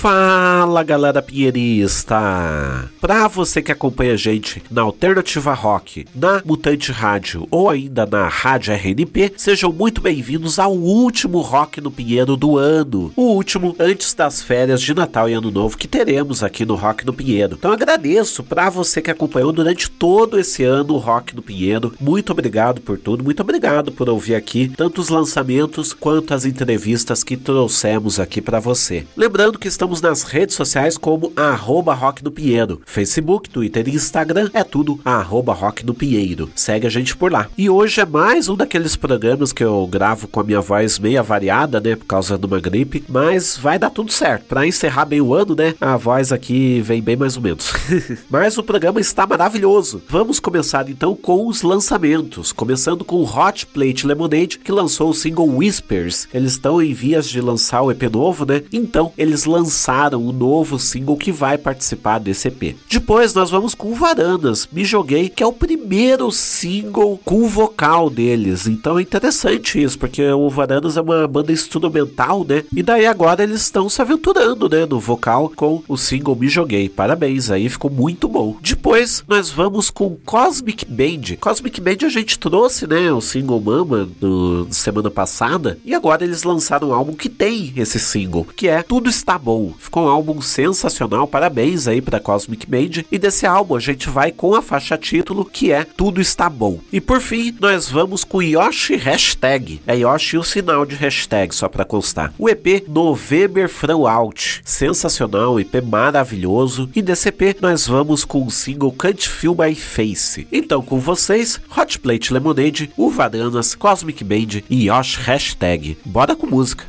Fala, galera pinheirista! Pra você que acompanha a gente na Alternativa Rock, na Mutante Rádio ou ainda na Rádio RNP, sejam muito bem-vindos ao último Rock no Pinheiro do ano. O último antes das férias de Natal e Ano Novo que teremos aqui no Rock no Pinheiro. Então agradeço pra você que acompanhou durante todo esse ano o Rock no Pinheiro. Muito obrigado por tudo, muito obrigado por ouvir aqui tanto os lançamentos quanto as entrevistas que trouxemos aqui pra você. Lembrando que estamos nas redes sociais como @Rock no Pinheiro. Facebook, Twitter e Instagram é tudo @Rock no Pinheiro. Segue a gente por lá. E hoje é mais um daqueles programas que eu gravo com a minha voz meia variada, né, por causa de uma gripe, mas vai dar tudo certo. Pra encerrar bem o ano, né, a voz aqui vem bem mais ou menos. Mas o programa está maravilhoso. Vamos começar então com os lançamentos, começando com o Hot Plate Lemonade, que lançou o single Whispers. Eles estão em vias de lançar o EP novo, né? Então, eles lançaram o novo single que vai participar desse EP. Depois nós vamos com o Varanas, Me Joguei, que é o primeiro single com o vocal deles. Então é interessante isso, porque o Varanas é uma banda instrumental, né? E daí agora eles estão se aventurando, né, no vocal com o single Me Joguei. Parabéns, aí ficou muito bom. Depois nós vamos com Cosmic Band. Cosmic Band a gente trouxe, né, o single Mama semana passada, e agora eles lançaram um álbum que tem esse single, que é Tudo Está Bom. Ficou um álbum sensacional, parabéns aí pra Cosmic Band. E desse álbum a gente vai com a faixa título, que é Tudo Está Bom. E por fim, nós vamos com Yoshi Hashtag. É Yoshi e o sinal de hashtag, só pra constar. O EP November From Out. Sensacional, EP maravilhoso. E desse EP nós vamos com o single Can't Feel My Face. Então com vocês, Hot Plate Lemonade, o Varanas, Cosmic Band e Yoshi Hashtag. Bora com música.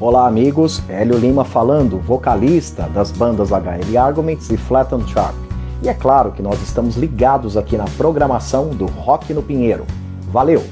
Olá amigos, Hélio Lima falando, vocalista das bandas HL Arguments e Flat and Sharp. E é claro que nós estamos ligados aqui na programação do Rock no Pinheiro. Valeu!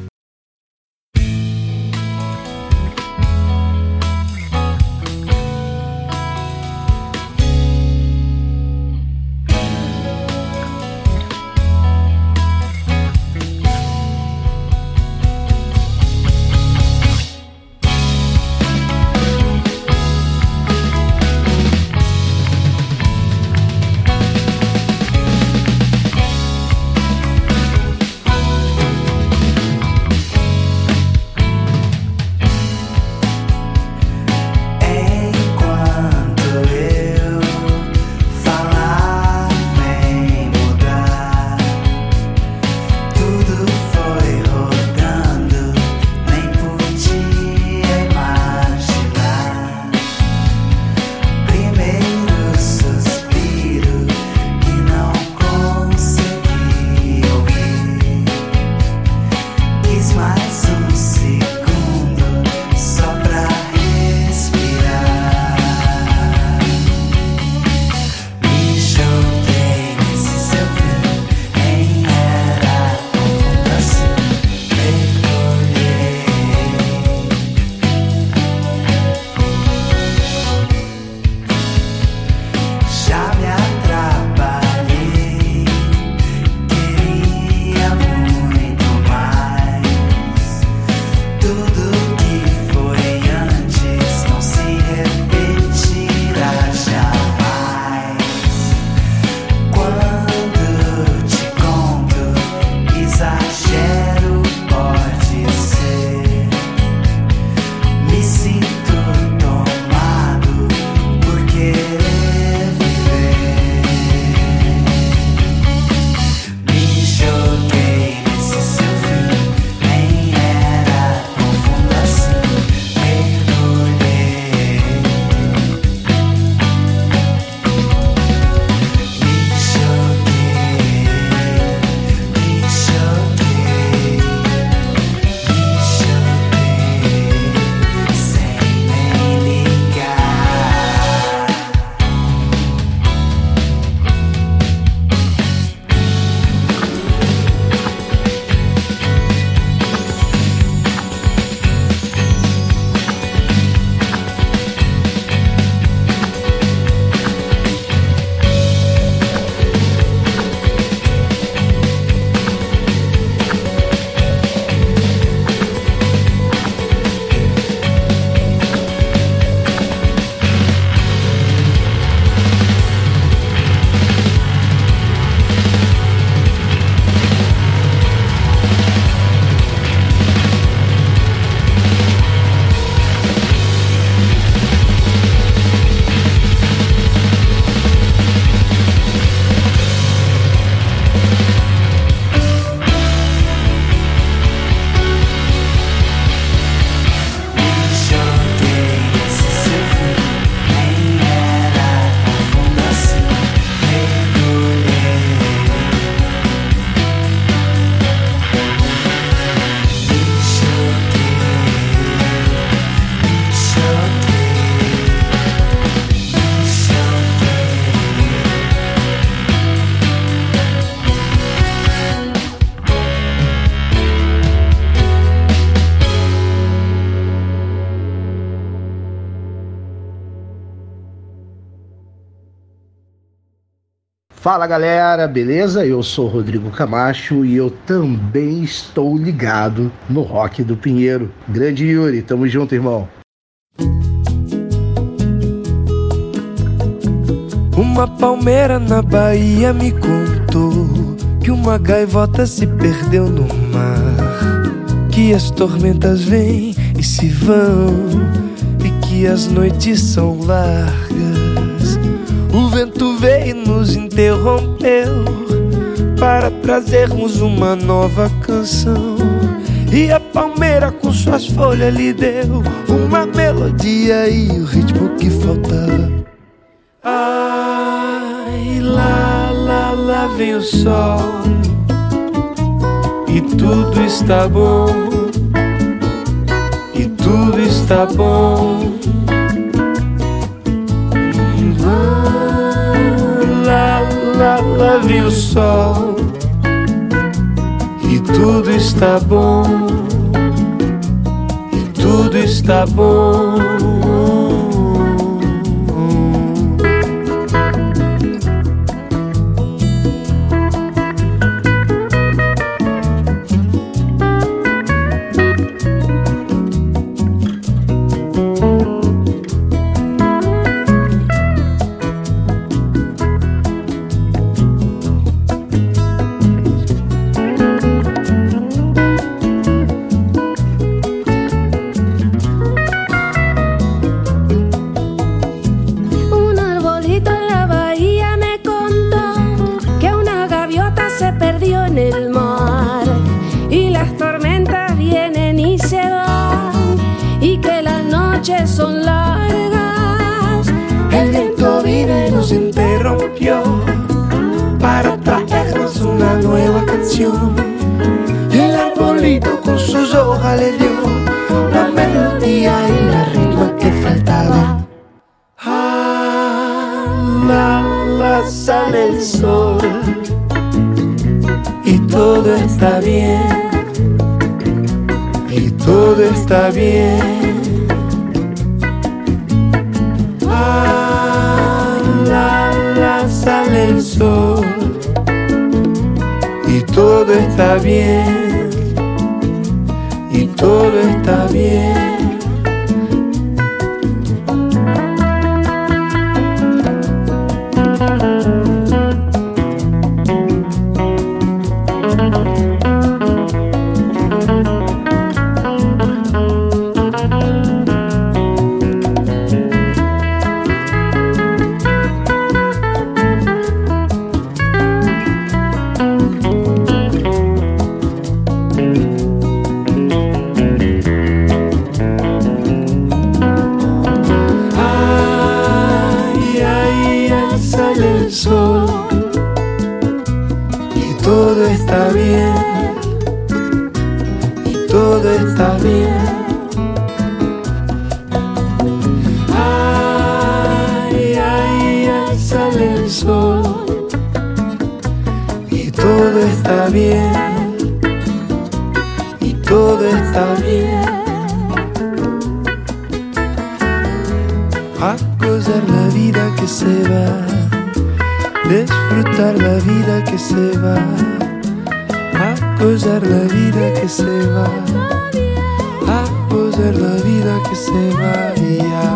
Fala galera, beleza? Eu sou Rodrigo Camacho e eu também estou ligado no Rock do Pinheiro. Grande Yuri, tamo junto, irmão. Uma palmeira na Bahia me contou que uma gaivota se perdeu no mar, que as tormentas vêm e se vão e que as noites são largas. O vento veio e nos interrompeu para trazermos uma nova canção, e a palmeira com suas folhas lhe deu uma melodia e o ritmo que faltava. Ai, lá, lá, lá vem o sol e tudo está bom, e tudo tudo está bom. Lá vi o sol e tudo está bom, e tudo está bom. Son largas, el viento vino y nos interrumpió para traernos una nueva canción. Y el arbolito con sus hojas le dio la melodía y la rima que faltaba. Sale el sol y todo está bien, y todo está bien. Sale el sol y todo está bien, y todo está bien. Todo está bien, y todo está bien. Ay, ay, ay, sale el sol y todo está bien, y todo está bien. A gozar la vida que se va, disfrutar la vida que se va, a gozar la vida que se va, a gozar la vida que se va y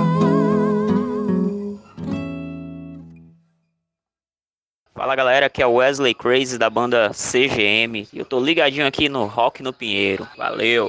Fala galera, aqui é o Wesley Crazy da banda CGM e eu tô ligadinho aqui no Rock no Pinheiro. Valeu!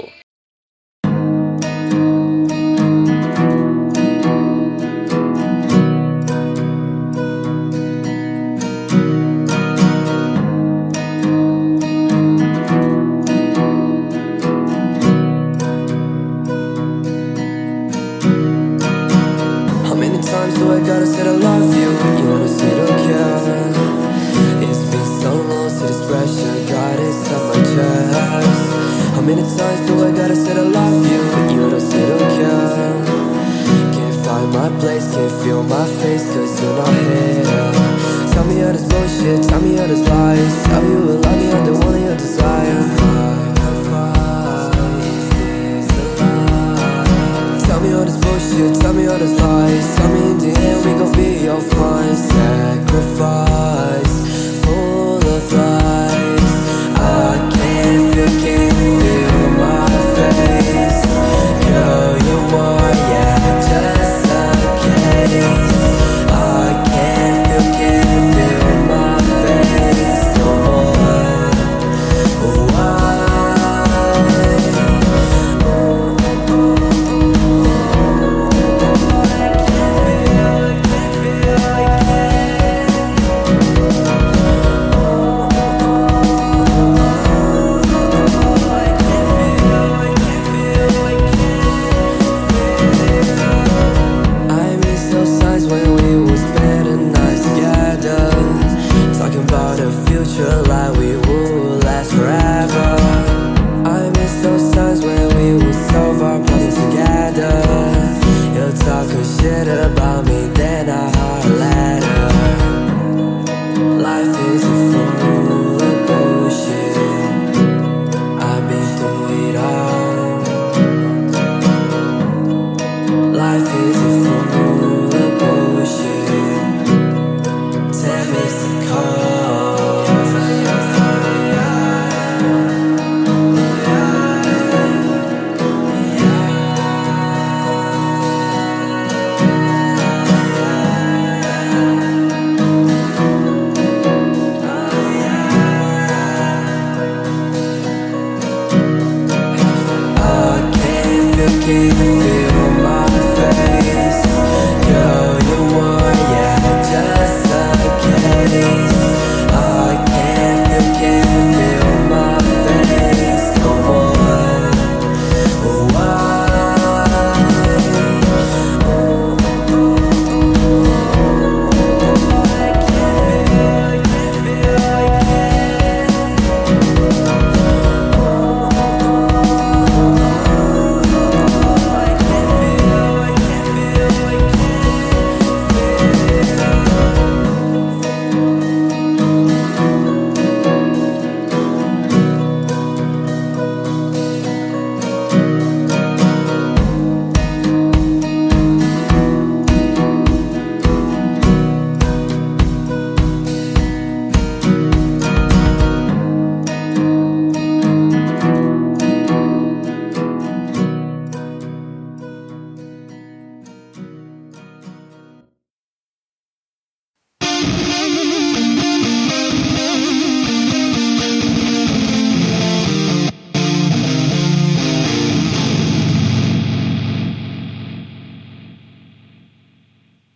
So I gotta say I love you, you wanna say don't care. It's been so long, see this pressure got inside my chest. How many times do I gotta say I love you, you wanna say don't care. Can't find my place, can't feel my face, cause you're not here. Tell me all this bullshit, tell me all this lies. Tell me you will love me, I'm the one of your desire. Tell me all this bullshit, tell me all this lies. Tell me in the end we gon' be all fine. Sacrifice, full of lies. I can't feel my face. Girl, you are, yeah, just a case. I can't feel my face no more. Why?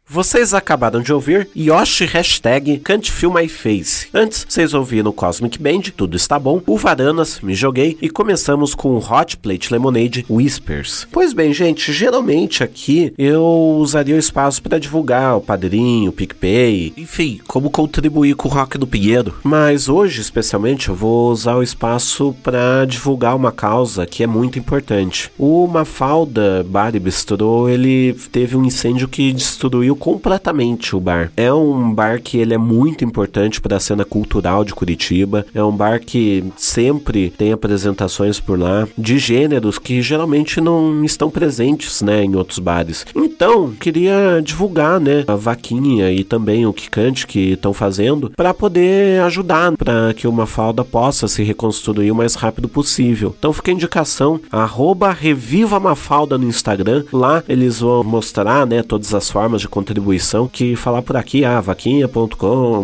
Vocês acabaram de ouvir Yoshi Hashtag Can't Feel My Face. Antes, vocês ouviram Cosmic Band, Tudo Está Bom, o Varanas, Me Joguei, e começamos com Hot Plate Lemonade, Whispers. Pois bem, gente, geralmente aqui eu usaria o espaço para divulgar o Padrinho, o PicPay, enfim, como contribuir com o Rock do Pinheiro. Mas hoje, especialmente, eu vou usar o espaço para divulgar uma causa que é muito importante. O Mafalda Bar e Bistrô, ele teve um incêndio que destruiu completamente o bar. É um bar que ele é muito importante para a cena cultural de Curitiba. É um bar que sempre tem apresentações por lá de gêneros que geralmente não estão presentes, né, em outros bares. Então, queria divulgar, né, a vaquinha e também o Quicante que estão fazendo para poder ajudar para que o Mafalda possa se reconstruir o mais rápido possível. Então, fica a indicação, @RevivaMafalda no Instagram. Lá eles vão mostrar, né, todas as formas de contribuição, que falar por aqui, vaquinha.com/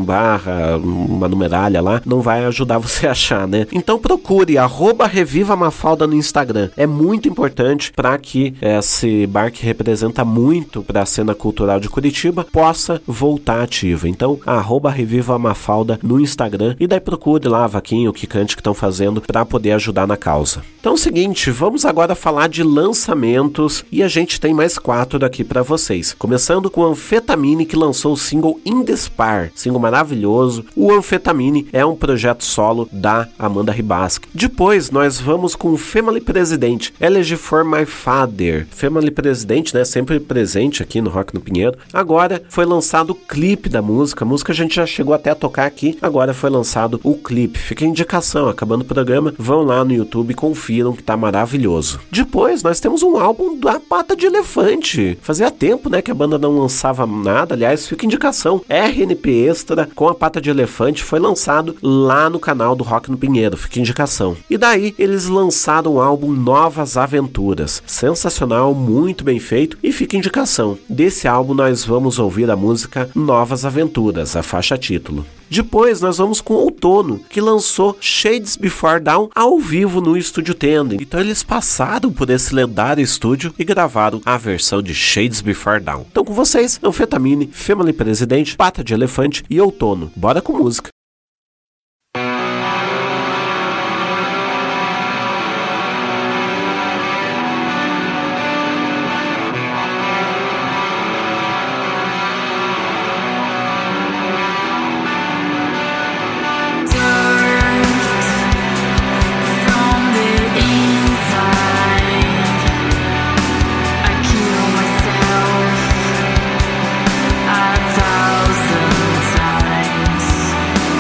uma numeralha lá, não vai ajudar você a achar, né? Então procure @RevivaMafalda no Instagram. É muito importante para que esse bar que representa muito para a cena cultural de Curitiba possa voltar ativa. Então, @RevivaMafalda no Instagram, e daí procure lá a vaquinha, o Quicante que estão fazendo para poder ajudar na causa. Então é o seguinte, vamos agora falar de lançamentos, e a gente tem mais 4 aqui para vocês. Começando com o Anfetamine, que lançou o single In The Spar, single maravilhoso. O Anfetamine é um projeto solo da Amanda Ribaschi. Depois nós vamos com o Family President, Elegy For My Father. Family President, né, sempre presente aqui no Rock no Pinheiro. Agora foi lançado o clipe da música, a música a gente já chegou até a tocar aqui, agora foi lançado o clipe. Fica a indicação, acabando o programa, vão lá no YouTube e confiram que tá maravilhoso. Depois nós temos um álbum da Pata de Elefante. Fazia tempo, né, que a banda não lançava nada, aliás, fica indicação. RNP Extra com a Pata de Elefante foi lançado lá no canal do Rock no Pinheiro, fica indicação. E daí eles lançaram o álbum Novas Aventuras, sensacional, muito bem feito, e fica indicação. Desse álbum nós vamos ouvir a música Novas Aventuras, a faixa título. Depois nós vamos com Outono, que lançou Shades Before Dawn ao vivo no Estúdio Tendem. Então eles passaram por esse lendário estúdio e gravaram a versão de Shades Before Dawn. Então com vocês, Anfetamine, Family President, Pata de Elefante e Outono. Bora com música. Thousand times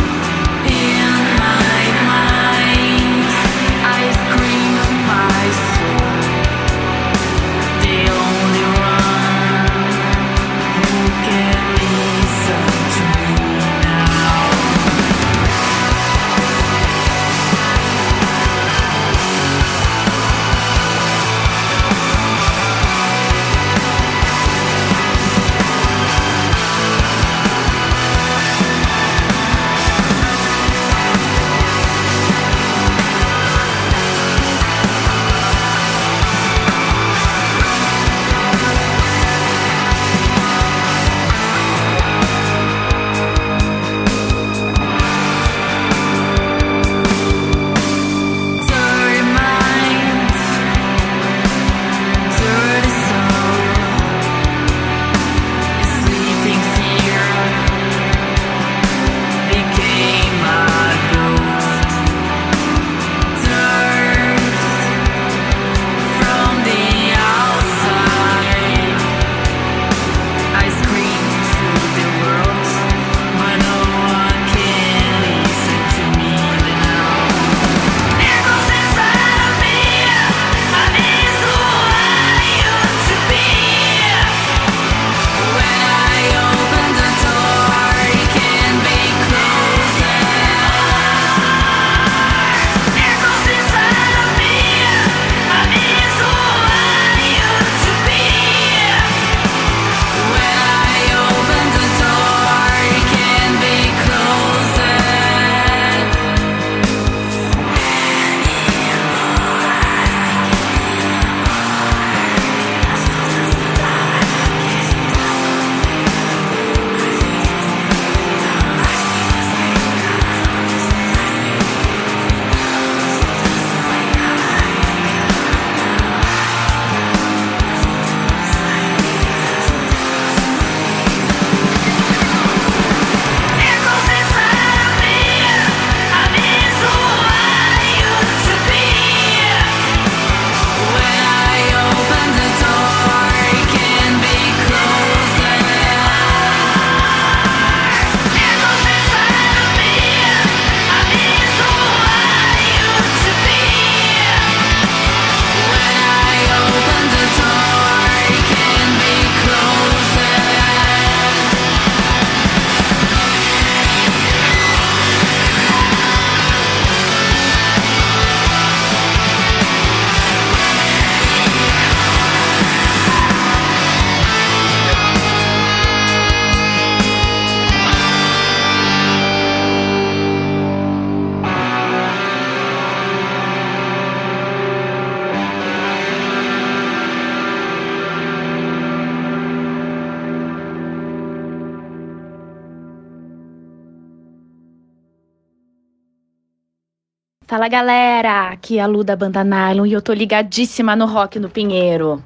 Fala galera, aqui é a Lu da Banda Nylon e eu tô ligadíssima no Rock no Pinheiro.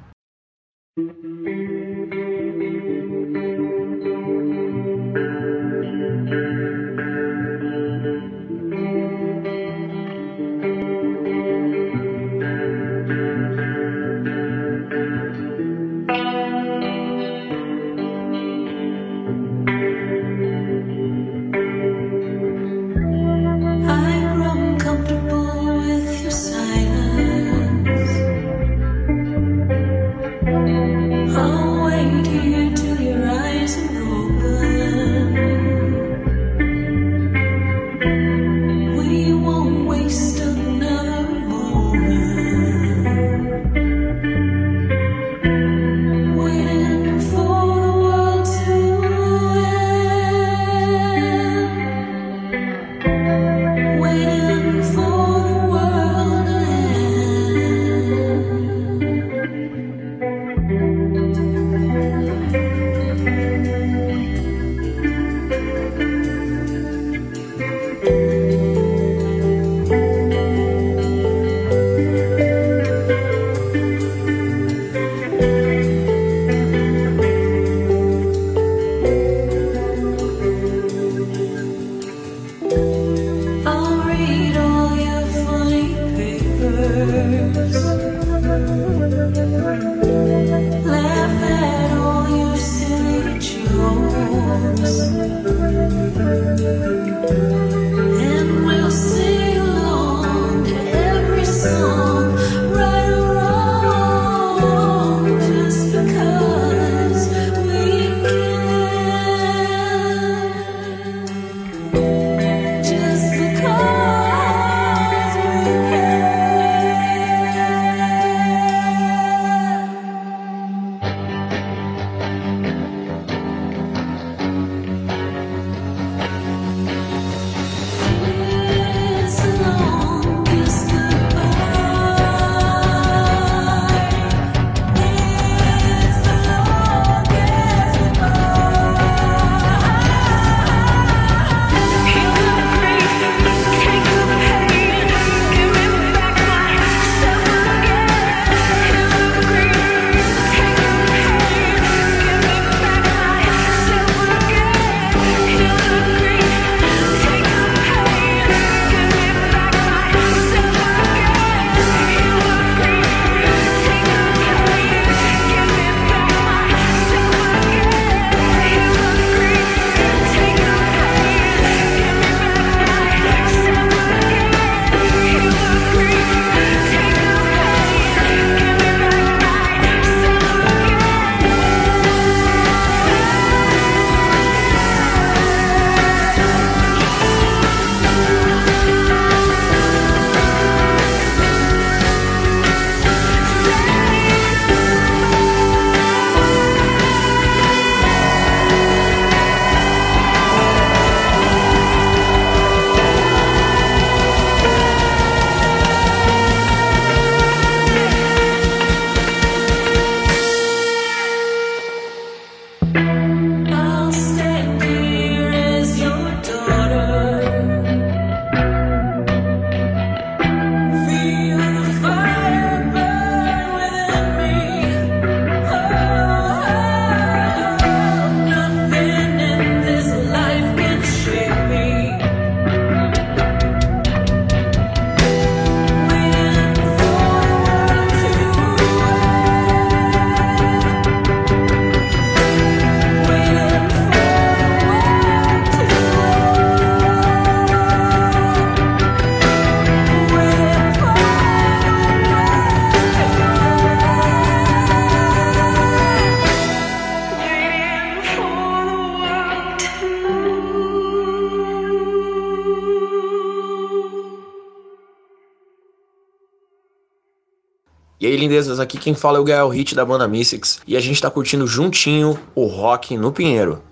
E aí, lindezas, aqui quem fala é o Gael Hit da banda Mystics e a gente tá curtindo juntinho o Rock no Pinheiro.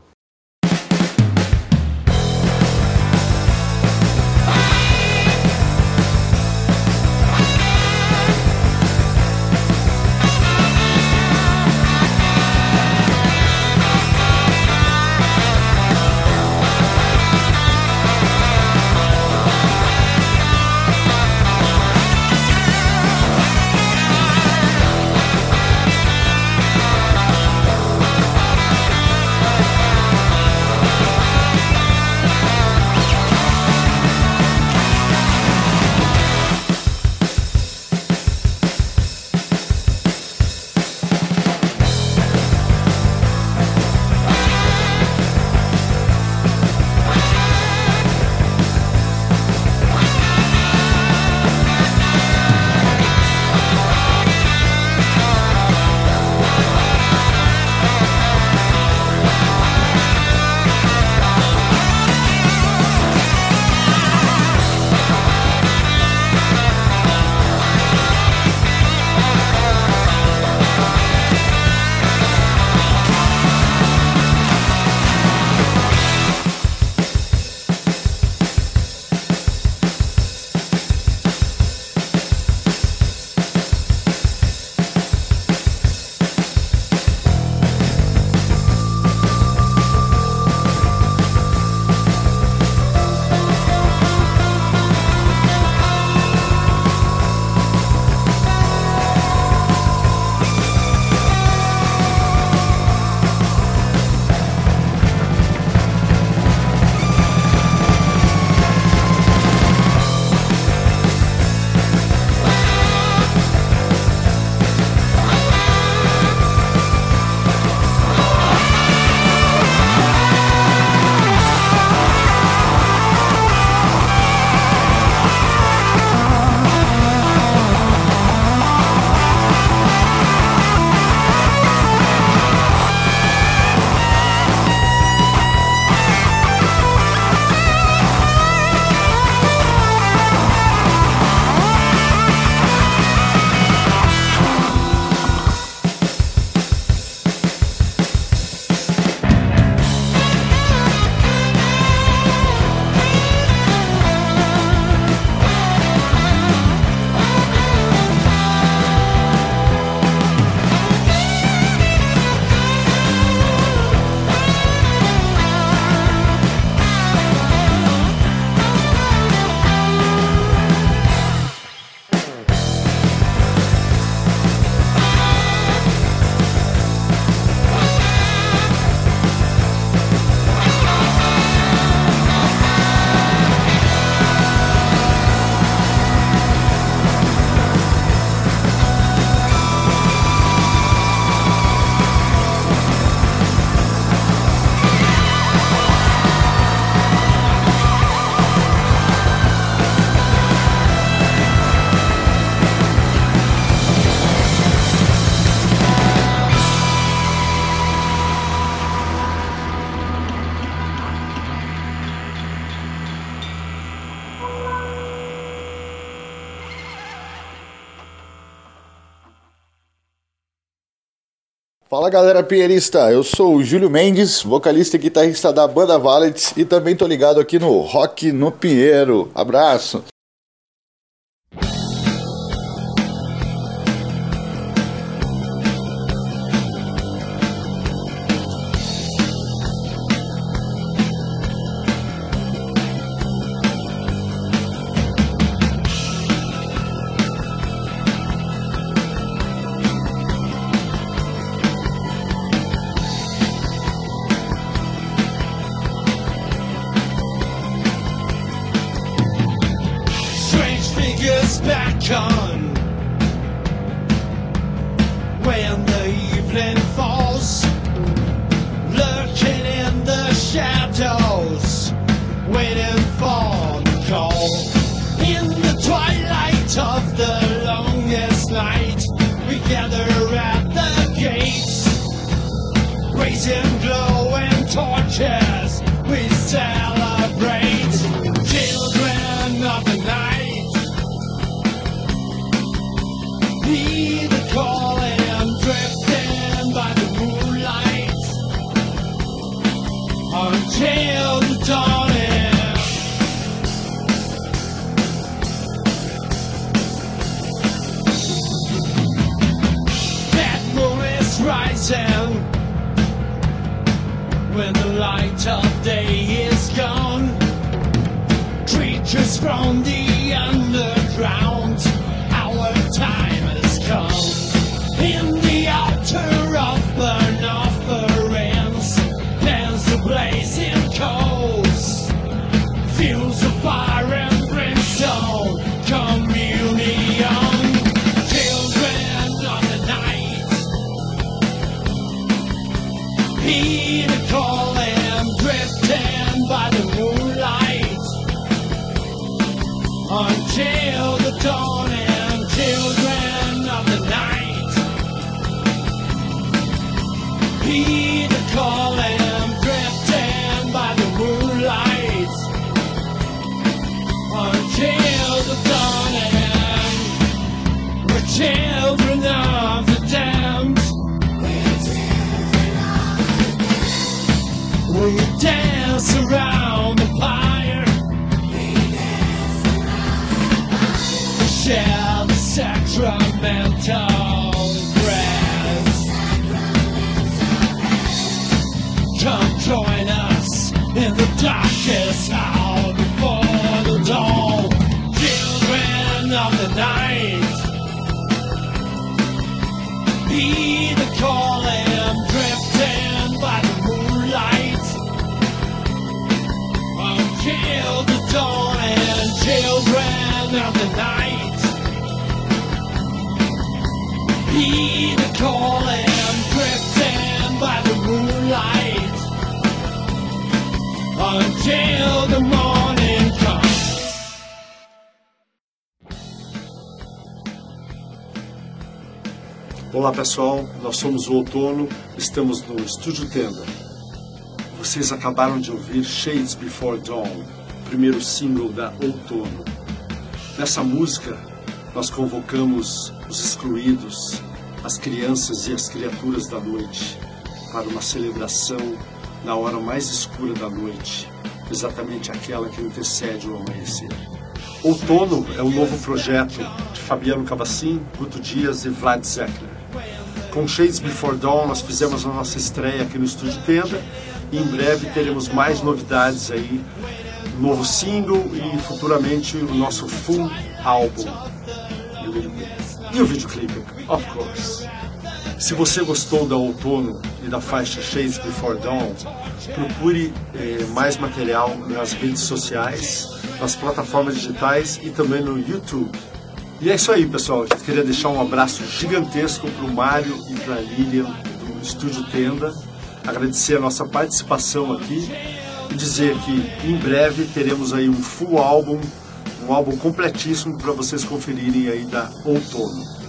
Fala galera pinheirista, eu sou o Júlio Mendes, vocalista e guitarrista da banda Valets e também tô ligado aqui no Rock no Pinheiro. Abraço! Back on when the evening falls, lurking in the shadows, waiting for the call. In the twilight of the longest night, we gather at the gates, raising glowing torches, we celebrate. Children of the night, be the calling, drifting by the moonlight until the dawning. That moon is rising when the light of day is gone. Creatures from the underground, our time come. In the altar of burnt offerings, there's the blazing coals, fuels of fire and brimstone, communion. Children of the night, heed the calling, drifting by the moonlight until the dawning. Children of the night, heed the calling, drifting by the moonlight until the dawning. We're children of the damned. We dance around the fire, we share the sacramental bread. Come join us in the darkest hour before the dawn. Children of the night, be the calling, drifting by the moonlight until the dawn. And children of the night, be the calling, drifting by the moonlight until the morning comes. Olá pessoal, nós somos o Outono, estamos no Estúdio Tenda. Vocês acabaram de ouvir Shades Before Dawn, primeiro single da Outono. Nessa música, nós convocamos os excluídos, as crianças e as criaturas da noite, para uma celebração na hora mais escura da noite, exatamente aquela que antecede o amanhecer. Outono é um novo projeto de Fabiano Cavacin, Guto Dias e Vlad Zeckler. Com Shades Before Dawn nós fizemos a nossa estreia aqui no Estúdio Tenda e em breve teremos mais novidades aí, novo single e futuramente o nosso full álbum. E o videoclipe, of course. Se você gostou da Outono e da faixa Shades Before Dawn, procure mais material nas redes sociais, nas plataformas digitais e também no YouTube. E é isso aí, pessoal. Eu queria deixar um abraço gigantesco para o Mário e para a Lilian do Estúdio Tenda, agradecer a nossa participação aqui e dizer que em breve teremos aí um full álbum, um álbum completíssimo para vocês conferirem aí da Outono.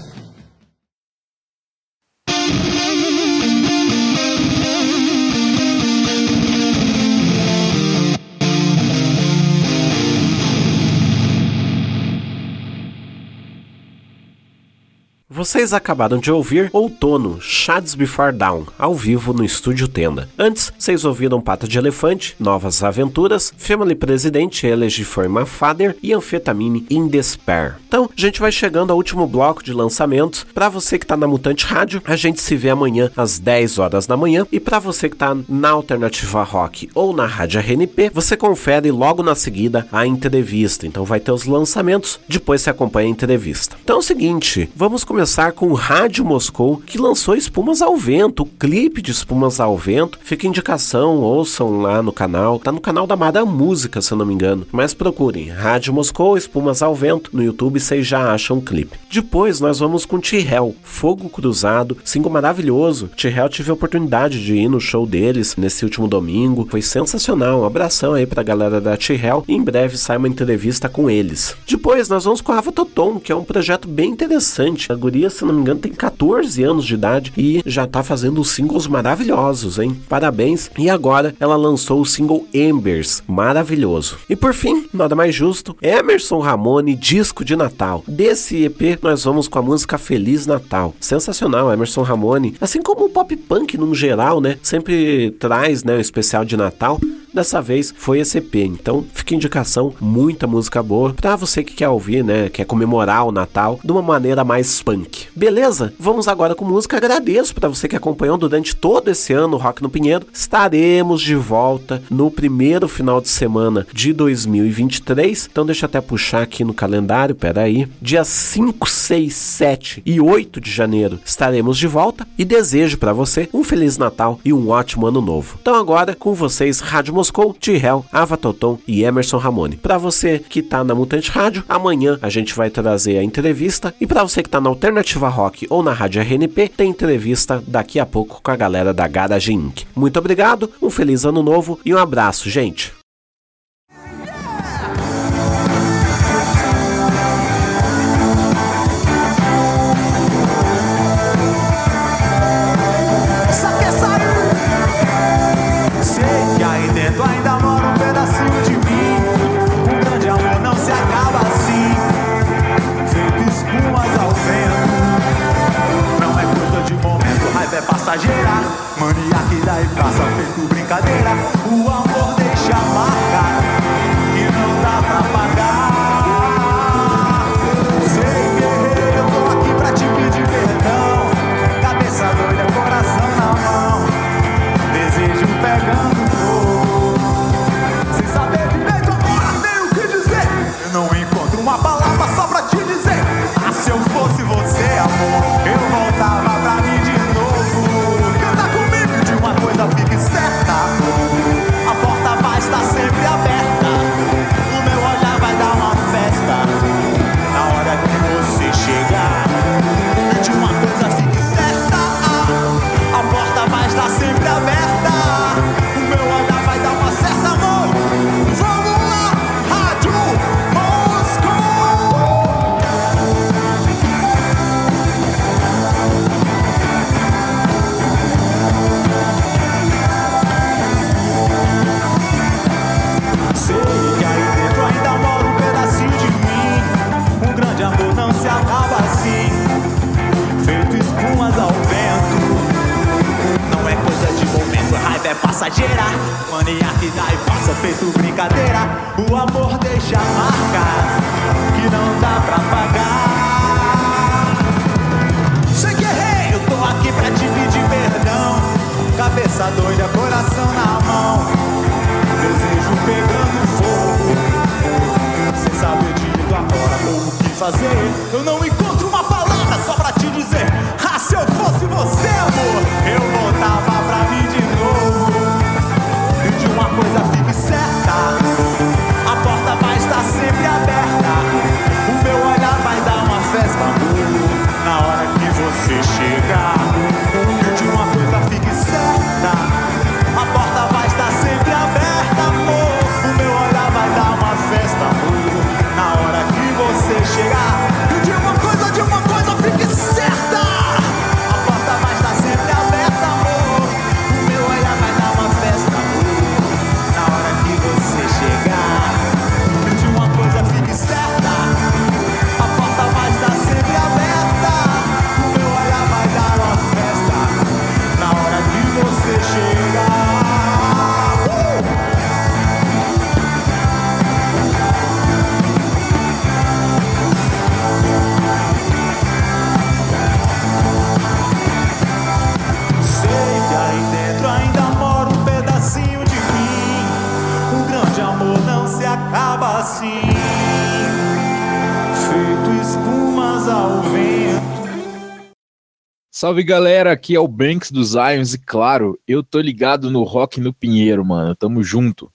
vocês acabaram de ouvir Outono, Shades Before Dawn, ao vivo no Estúdio Tenda. Antes, vocês ouviram Pata de Elefante, Novas Aventuras, Family President, Elegy for My Father e Anfetamine in Despair. Então, a gente vai chegando ao último bloco de lançamentos. Para você que tá na Mutante Rádio, a gente se vê amanhã às 10 horas da manhã. E para você que tá na Alternativa Rock ou na Rádio RNP, você confere logo na seguida a entrevista. Então vai ter os lançamentos, depois você acompanha a entrevista. Então é o seguinte, vamos começar com o Rádio Moscou, que lançou Espumas ao Vento, o clipe de Espumas ao Vento. Fica indicação, ouçam lá no canal. Tá no canal da Mara Música, se eu não me engano. Mas procurem Rádio Moscou, Espumas ao Vento no YouTube, vocês já acham o clipe. Depois nós vamos com T-Hell, Fogo Cruzado, single maravilhoso. T-Hell, tive a oportunidade de ir no show deles nesse último domingo, foi sensacional. Um abração aí pra galera da T-Hell, e em breve sai uma entrevista com eles. Depois nós vamos com a Ava Toton, que é um projeto bem interessante. A guria, se não me engano, tem 14 anos de idade e já tá fazendo singles maravilhosos, hein? Parabéns. E agora ela lançou o single Embers, maravilhoso. E por fim, nada mais justo, Emerson Ramone, Disco de Natal. Desse EP nós vamos com a música Feliz Natal. Sensacional, Emerson Ramone. Assim como o pop punk no geral, né? Sempre traz, né, um especial de Natal. Dessa vez foi esse EP, então fica indicação, muita música boa pra você que quer ouvir, né, quer comemorar o Natal de uma maneira mais punk. Beleza? Vamos agora com música. Agradeço pra você que acompanhou durante todo esse ano o Rock no Pinheiro. Estaremos de volta no primeiro final de semana de 2023, então deixa eu até puxar aqui no calendário, peraí. Dia 5, 6, 7 e 8 de janeiro estaremos de volta e desejo pra você um Feliz Natal e um ótimo Ano Novo. Então agora com vocês, Rádio Moscou, T-Hell, Ava Toton e Emerson Ramone. Pra você que tá na Mutante Rádio, amanhã a gente vai trazer a entrevista, e pra você que tá na Alternativa Rock ou na Rádio RNP, tem entrevista daqui a pouco com a galera da Garage Inc. Muito obrigado, um feliz Ano Novo e um abraço, gente! Ainda mora um pedacinho de mim. Um grande amor não se acaba assim, feito espumas ao vento. Não é coisa de momento, raiva é passageira. Mania que dá e passa, feito brincadeira. O amor deixa marca que não dá pra pagar. Sei guerreiro, eu tô aqui pra te pedir perdão. Cabeça doida, coração na mão, desejo pegando fogo. Não encontro uma palavra só pra te dizer. Ah, se eu fosse você, amor, eu voltava pra mim de novo. Canta comigo, de uma coisa fique certa: a porta vai estar sempre aberta. O meu olhar vai dar uma festa na hora que você chegar. De uma coisa fique certa: a porta vai estar sempre aberta. O meu olhar vai dar uma certa, amor. Vamos lá, Rádio se acaba assim, feito espumas ao vento. Não é coisa de momento, raiva é passageira. Mania que dá e passa, feito brincadeira. O amor deixa marca que não dá pra pagar. Sei que errei, eu tô aqui pra te pedir perdão. Cabeça doida, coração na mão, desejo pegando fogo, sem saber direito agora como que fazer. Eu não encontro uma palavra só pra te dizer. Ah, se eu fosse você, amor, eu voltava pra mim de novo. E de uma coisa fique certa: a porta vai estar sempre aberta. O meu olhar vai dar uma festa, amor, na hora que você chegar. E de uma coisa fique certa: a porta vai estar sempre aberta, amor. O meu olhar vai dar uma festa, amor, na hora que você chegar. E de uma coisa fique certa: a porta vai estar sempre aberta, amor. assim, feito espumas ao vento. Salve galera, aqui é o Banks dos Zions e claro, eu tô ligado no Rock no Pinheiro, mano, tamo junto.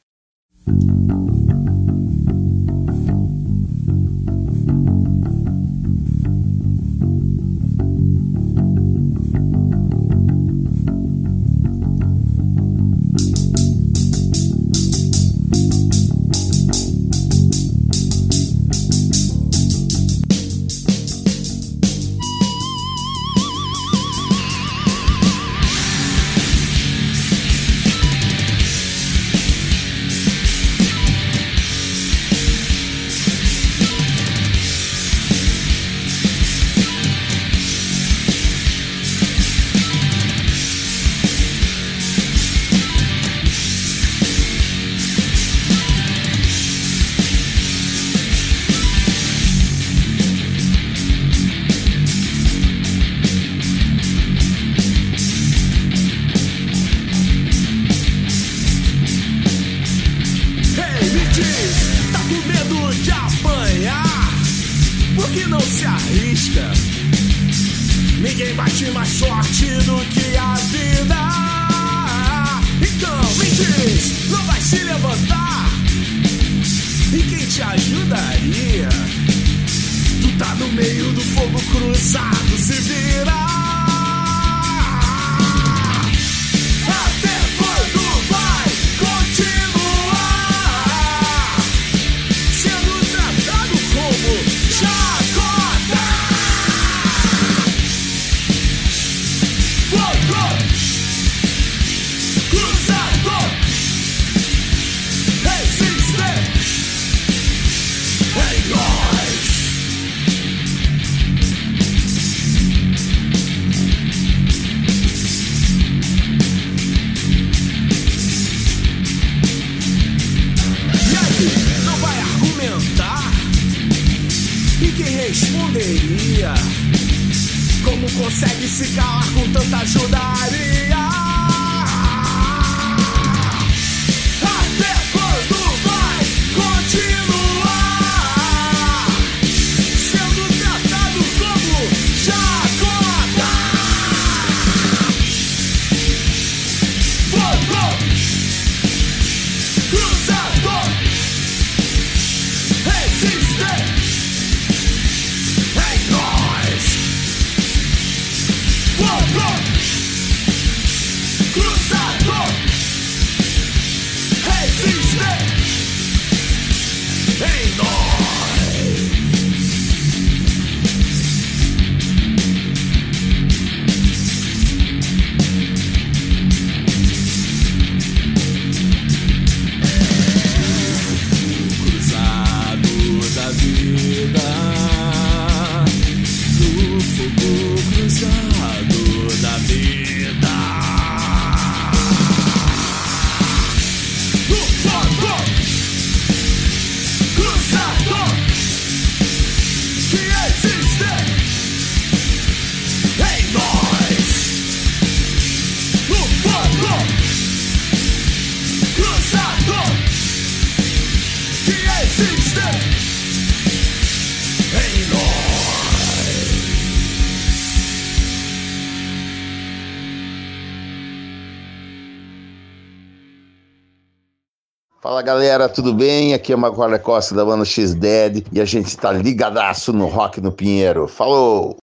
Fala galera, tudo bem? Aqui é o Maguara Costa da banda X-Dead e a gente tá ligadaço no Rock no Pinheiro. Falou!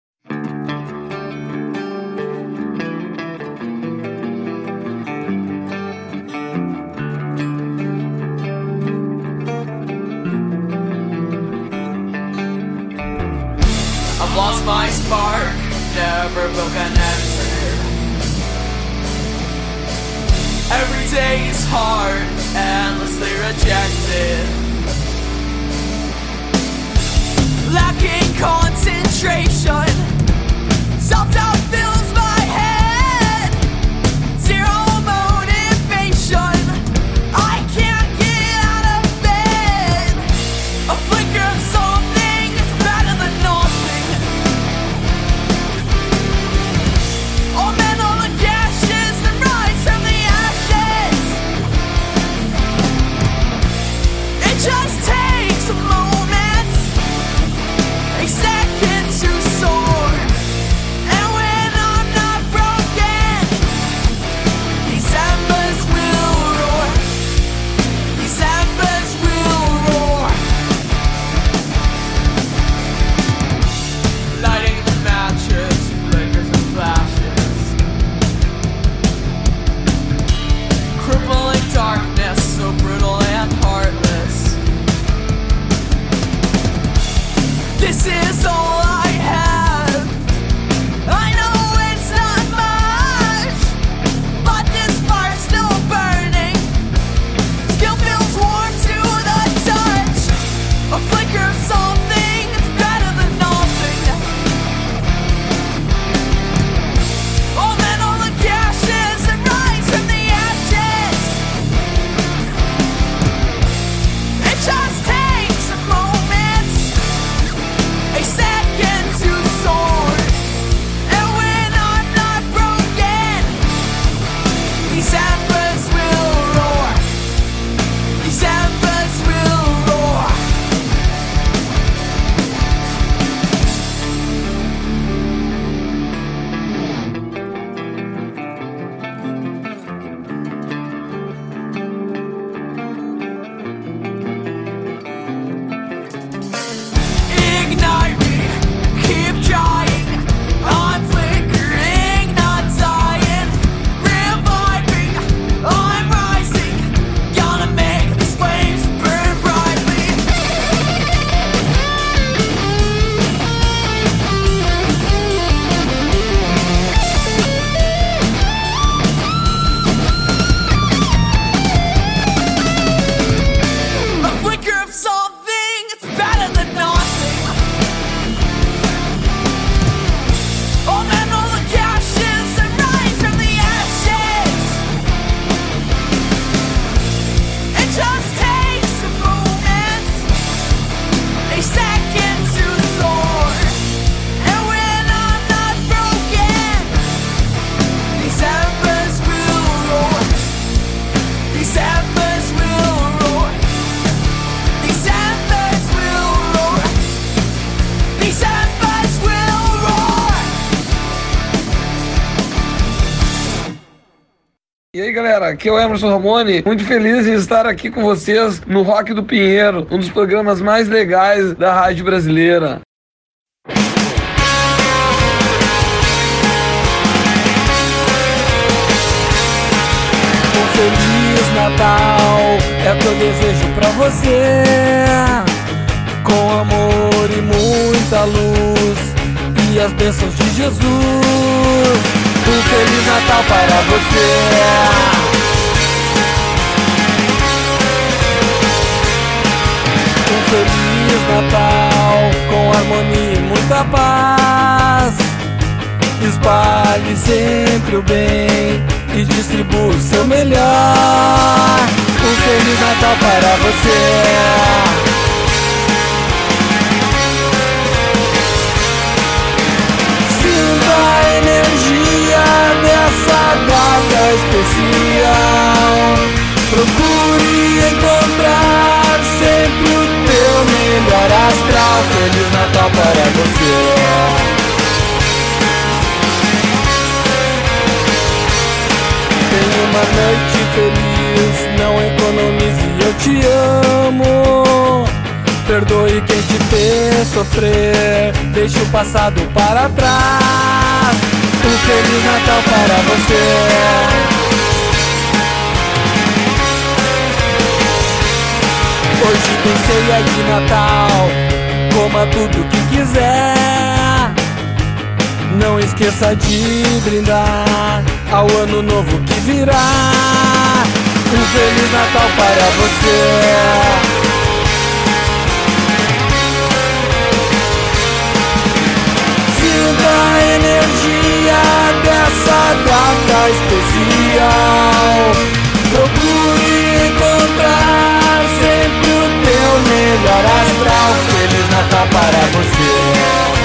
I've lost my spark, never broke an answer. Every day is hard, endlessly rejected. Lacking concentration, self-doubt fills my head. Zero motivation, I can't get out of bed. A flicker of something is better than nothing. Oh man, all the gashes that rise from the ashes. It just takes E aí galera, aqui é o Emerson Ramone, muito feliz em estar aqui com vocês no Rock do Pinheiro, um dos programas mais legais da rádio brasileira. Um Feliz Natal é o que eu desejo pra você, com amor e muita luz e as bênçãos de Jesus. Um Feliz Natal para você. Um Feliz Natal com harmonia e muita paz. Espalhe sempre o bem e distribua o seu melhor. Um Feliz Natal para você. A energia dessa data especial. Procure encontrar sempre o teu melhor astral. Feliz Natal para você. Tenha uma noite feliz, não economize, eu te amo. Perdoe quem te fez sofrer, deixe o passado para trás. Um Feliz Natal para você. Hoje tem ceia de Natal, coma tudo que quiser. Não esqueça de brindar ao ano novo que virá. Um Feliz Natal para você. A energia dessa data especial. Procure encontrar sempre o teu melhor astral. Feliz Natal para você.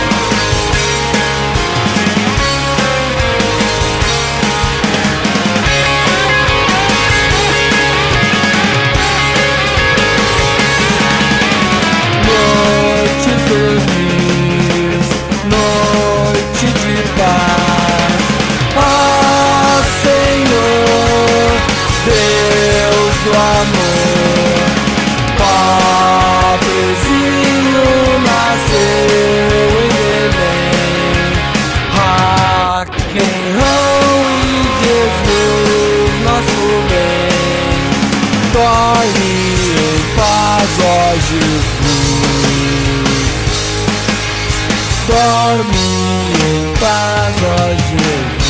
Noite feliz, noite de paz. Ó Senhor, Deus do amor, pobrezinho nasceu em Belém. Rock and roll e Jesus, nosso bem. Dorme em paz, ó Jesus. Dorme em paz, ó Jesus.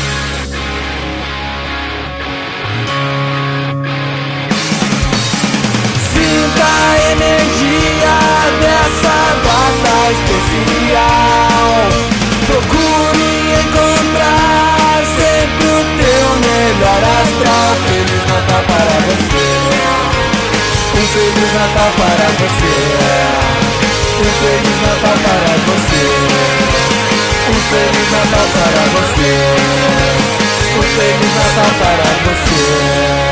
Sinta a energia dessa data especial. Procure encontrar sempre o teu melhor astral. Feliz Natal para você. Um Feliz Natal para você. Um Feliz Natal para você. Um Feliz Natal para você. Um Feliz Natal para você.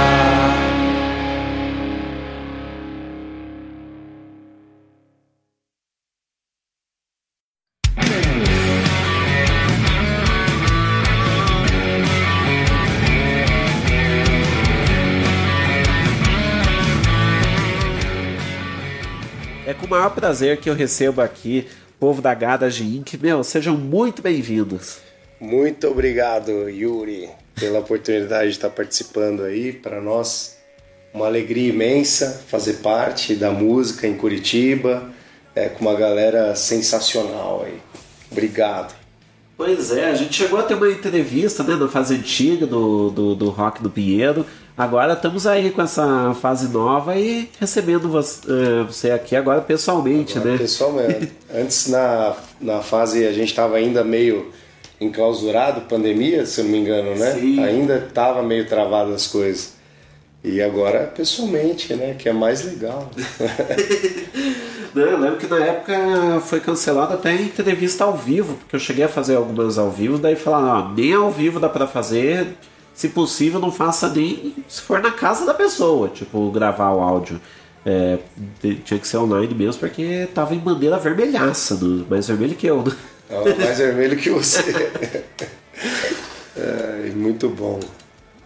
É com o maior prazer que eu recebo aqui o povo da Garage Inc. Meu, sejam muito bem-vindos. Muito obrigado, Yuri, pela oportunidade de estar participando aí. Para nós, uma alegria imensa fazer parte da música em Curitiba, com uma galera sensacional aí. Obrigado. Pois é, a gente chegou a ter uma entrevista, né, na fase antiga do Rock do Pinheiro. Agora estamos aí com essa fase nova e recebendo você aqui agora pessoalmente, agora, né? Pessoalmente. Antes, na fase, a gente estava ainda meio enclausurado, pandemia, se eu não me engano, né? Sim. Ainda estava meio travado as coisas. E agora, pessoalmente, né? Que é mais legal. Não, eu lembro que na época foi cancelada até a entrevista ao vivo, porque eu cheguei a fazer algumas ao vivo, daí falaram, nem ao vivo dá pra fazer, se possível não faça nem se for na casa da pessoa, tipo, gravar o áudio. Tinha que ser online mesmo, porque tava em bandeira vermelhaça, mais vermelho que eu, né? Mais vermelho que você. Muito bom.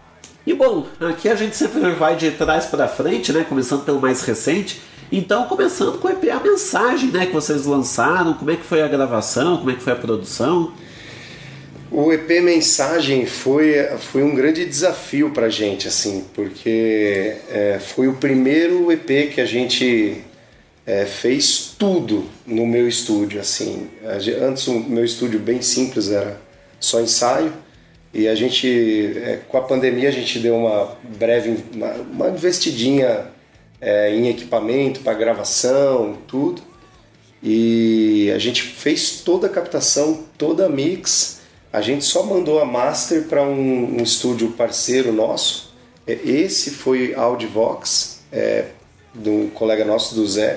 E bom, aqui a gente sempre vai de trás para frente, né? Começando pelo mais recente. Então, começando com o EP A Mensagem, né? Que vocês lançaram. Como é que foi a gravação? Como é que foi a produção? O EP Mensagem foi um grande desafio pra gente, assim, porque foi o primeiro EP que a gente fez tudo no meu estúdio, assim. Antes o meu estúdio bem simples, era só ensaio. E a gente, com a pandemia, a gente deu uma breve uma investidinha em equipamento para gravação, tudo. E a gente fez toda a captação, toda a mix. A gente só mandou a master para um estúdio parceiro nosso. Esse foi Audivox, de um colega nosso, do Zé.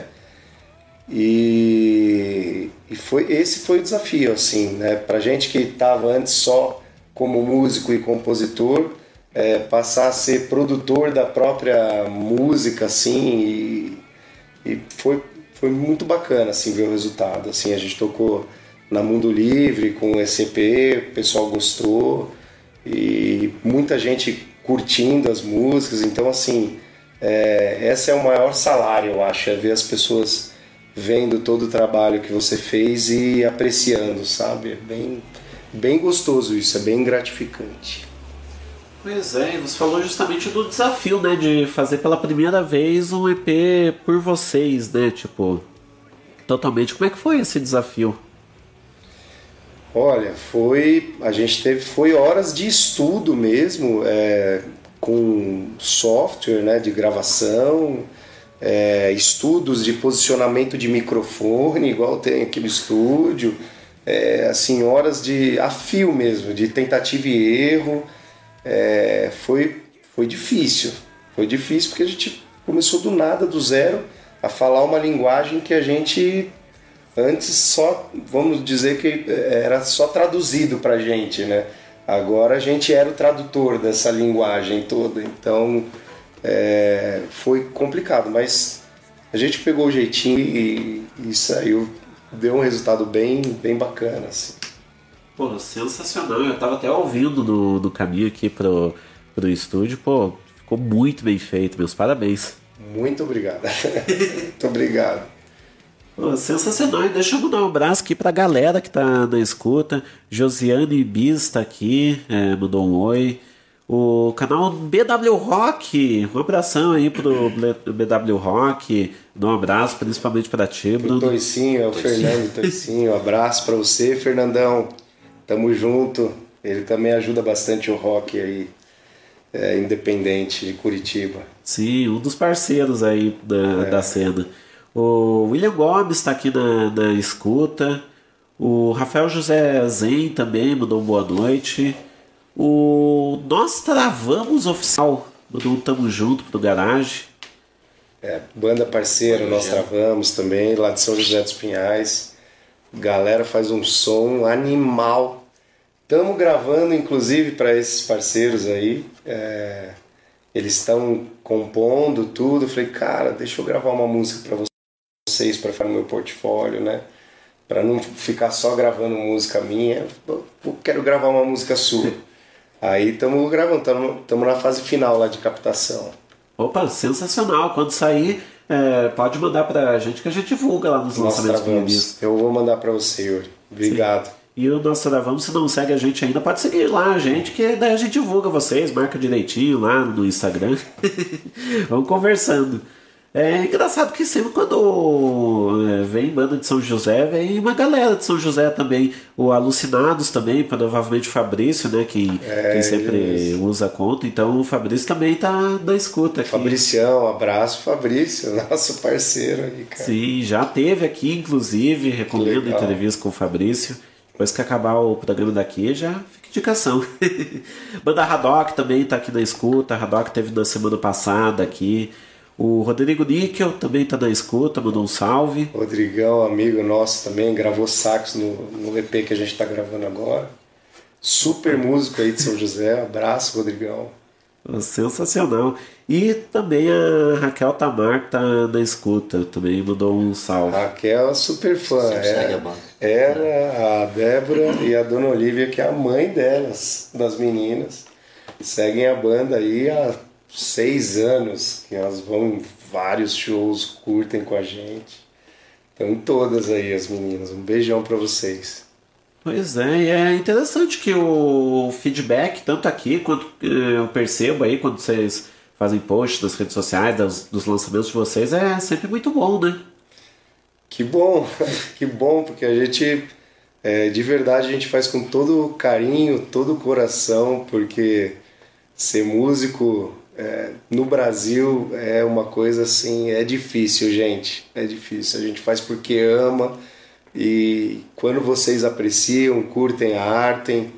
E esse foi o desafio, assim, né? Pra gente que estava antes só como músico e compositor, passar a ser produtor da própria música, assim, e foi muito bacana, assim, ver o resultado. Assim, a gente tocou na Mundo Livre com esse EP, o pessoal gostou, e muita gente curtindo as músicas. Então, assim, esse é o maior salário, eu acho, ver as pessoas vendo todo o trabalho que você fez e apreciando, sabe? É bem gostoso isso, é bem gratificante. Pois é, você falou justamente do desafio, né, de fazer pela primeira vez um EP por vocês, né, tipo, totalmente. Como é que foi esse desafio? Olha, foi horas de estudo mesmo, com software, né, de gravação, estudos de posicionamento de microfone, igual tem aqui no estúdio, assim, horas a fio mesmo, de tentativa e erro. Foi difícil porque a gente começou do nada, do zero, a falar uma linguagem que a gente antes só, vamos dizer que era só traduzido pra gente, né? Agora a gente era o tradutor dessa linguagem toda, então foi complicado, mas a gente pegou o jeitinho e saiu, deu um resultado bem bacana, assim. Pô, sensacional. Eu tava até ouvindo no caminho aqui pro estúdio. Pô, ficou muito bem feito. Meus parabéns. Muito obrigado. Muito obrigado. Pô, sensacional. E deixa eu mandar um abraço aqui pra galera que tá na escuta. Josiane Bis tá aqui, mandou um oi. O canal BW Rock, um abração aí pro BW Rock. Um abraço principalmente pra ti, Bruno. O Toicinho, o Fernando Toicinho. Um abraço pra você, Fernandão. Tamo junto. Ele também ajuda bastante o rock aí, independente de Curitiba. Sim, um dos parceiros aí da cena. O William Gomes está aqui na escuta. O Rafael José Zen também mandou boa noite. O Nós Travamos Oficial mandou um tamo junto pro Garage. Banda parceira, Nós Travamos também, lá de São José dos Pinhais. Galera faz um som animal. Estamos gravando, inclusive, para esses parceiros aí. Eles estão compondo tudo. Eu falei, cara, deixa eu gravar uma música para vocês, para fazer no meu portfólio, né? Para não ficar só gravando música minha. Eu quero gravar uma música sua. Aí estamos gravando, estamos na fase final lá de captação. Opa, sensacional. Quando sair, pode mandar pra gente que a gente divulga lá nos lançamentos. Eu vou mandar pra você, Yuri. Obrigado. Sim. E o Nós Travamos, se não segue a gente ainda, pode seguir lá a gente, que daí a gente divulga vocês, marca direitinho lá no Instagram. Vamos conversando. É engraçado que sempre quando vem banda de São José, vem uma galera de São José também. O Alucinados também, provavelmente o Fabrício, né? Quem sempre usa a conta. Então o Fabrício também tá na escuta aqui. Fabricião, abraço Fabrício, nosso parceiro aí, cara. Sim, já teve aqui, inclusive, recomendo a entrevista com o Fabrício. Depois que acabar o programa daqui, já fica indicação. Banda Haddock também tá aqui na escuta. A Haddock teve na semana passada aqui. O Rodrigo Níquel também tá na escuta, mandou um salve. Rodrigão, amigo nosso também, gravou sax no EP que a gente tá gravando agora. Super músico aí de São José, abraço, Rodrigão. Sensacional. E também a Raquel Tamar que tá na escuta, também mandou um salve. Raquel é super fã, era a Débora e a Dona Olivia, que é a mãe delas, das meninas. seguem a banda aí há 6 anos, que elas vão em vários shows, curtem com a gente. Estão em todas aí as meninas. Um beijão pra vocês. Pois é, e é interessante que o feedback, tanto aqui quanto eu percebo aí quando vocês fazem posts nas redes sociais dos lançamentos de vocês, é sempre muito bom, né? Que bom, que bom, porque a gente, de verdade, a gente faz com todo carinho, todo o coração, porque ser músico no Brasil é uma coisa assim, é difícil, gente, é difícil. A gente faz porque ama. E quando vocês apreciam, curtem a arte,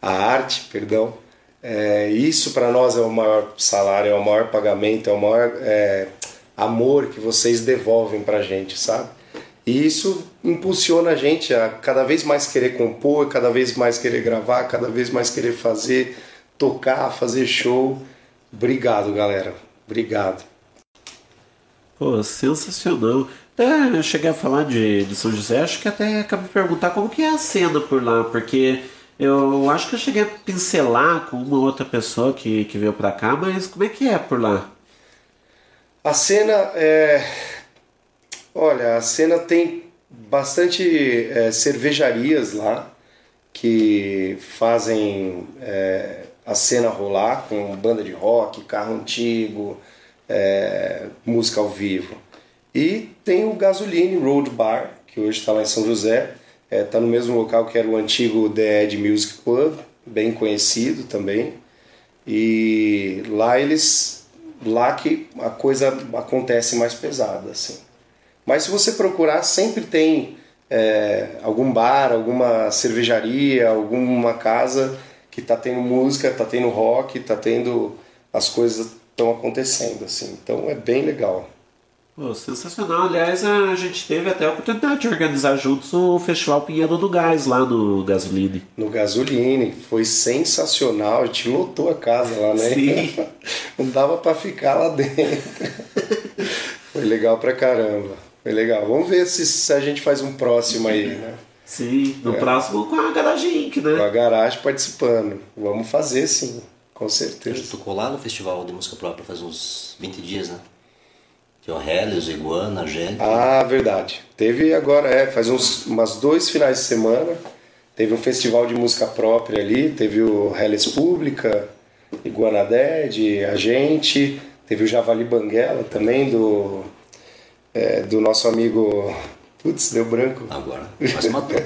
isso para nós é o maior salário, é o maior pagamento, é o maior amor que vocês devolvem pra gente, sabe? E isso impulsiona a gente a cada vez mais querer compor, cada vez mais querer gravar, cada vez mais querer fazer, tocar, fazer show. Obrigado, galera. Obrigado. Pô, sensacional. Eu cheguei a falar de São José, acho que até acabei de perguntar como que é a cena por lá, porque eu acho que eu cheguei a pincelar com uma outra pessoa que veio pra cá, mas como é que é por lá? A cena Olha, a cena tem bastante cervejarias lá que fazem a cena rolar com banda de rock, carro antigo, música ao vivo. E tem o Gasoline Road Bar, que hoje está lá em São José. Está no mesmo local que era o antigo The Ed Music Club, bem conhecido também. E lá que a coisa acontece mais pesada, assim. Mas se você procurar, sempre tem algum bar, alguma cervejaria, alguma casa que está tendo música, está tendo rock, está tendo... As coisas estão acontecendo, assim. Então é bem legal. Pô, sensacional. Aliás, a gente teve até a oportunidade de organizar juntos o Festival Pinheiro do Gás lá no Gasoline. No Gasoline, foi sensacional. A gente lotou a casa lá, né? Sim. Não dava pra ficar lá dentro. Foi legal pra caramba. Foi legal. Vamos ver se a gente faz um próximo aí, né? Sim, no próximo com a Garagem Inc, né? Com a Garagem participando. Vamos fazer sim, com certeza. Tu tocou lá no Festival de Música Própria faz uns 20 dias, né? Tinha o Helios, Iguana, Angélica. Ah, verdade. Teve agora, faz umas 2 finais de semana. Teve um festival de música própria ali. Teve o Helios Pública, Iguana Dead, a gente. Teve o Javali Banguela também, do nosso amigo... Putz, deu branco. Agora, quase matou.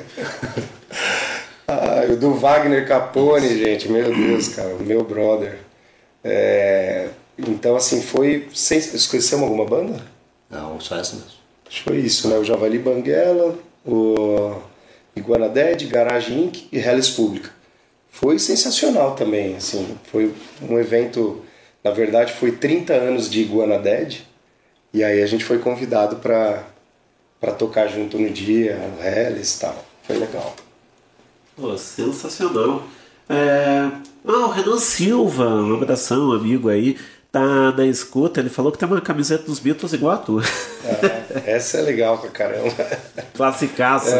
O do Wagner Capone, gente. Meu Deus, cara. Meu brother. Então, assim, foi... Esquecemos alguma banda? Não, só essa mesmo. Acho que foi isso, né? O Javali Banguela, o Iguana Dead, Garagem Inc. e Helios Pública. Foi sensacional também, assim. Foi um evento... Na verdade, foi 30 anos de Iguana Dead. E aí a gente foi convidado para tocar junto no dia, o Helios e tal. Foi legal. Pô, sensacional. O Renan Silva, um abração, amigo aí, tá na escuta. Ele falou que tem uma camiseta dos Beatles igual a tua. Essa é legal pra caramba. Classicaça.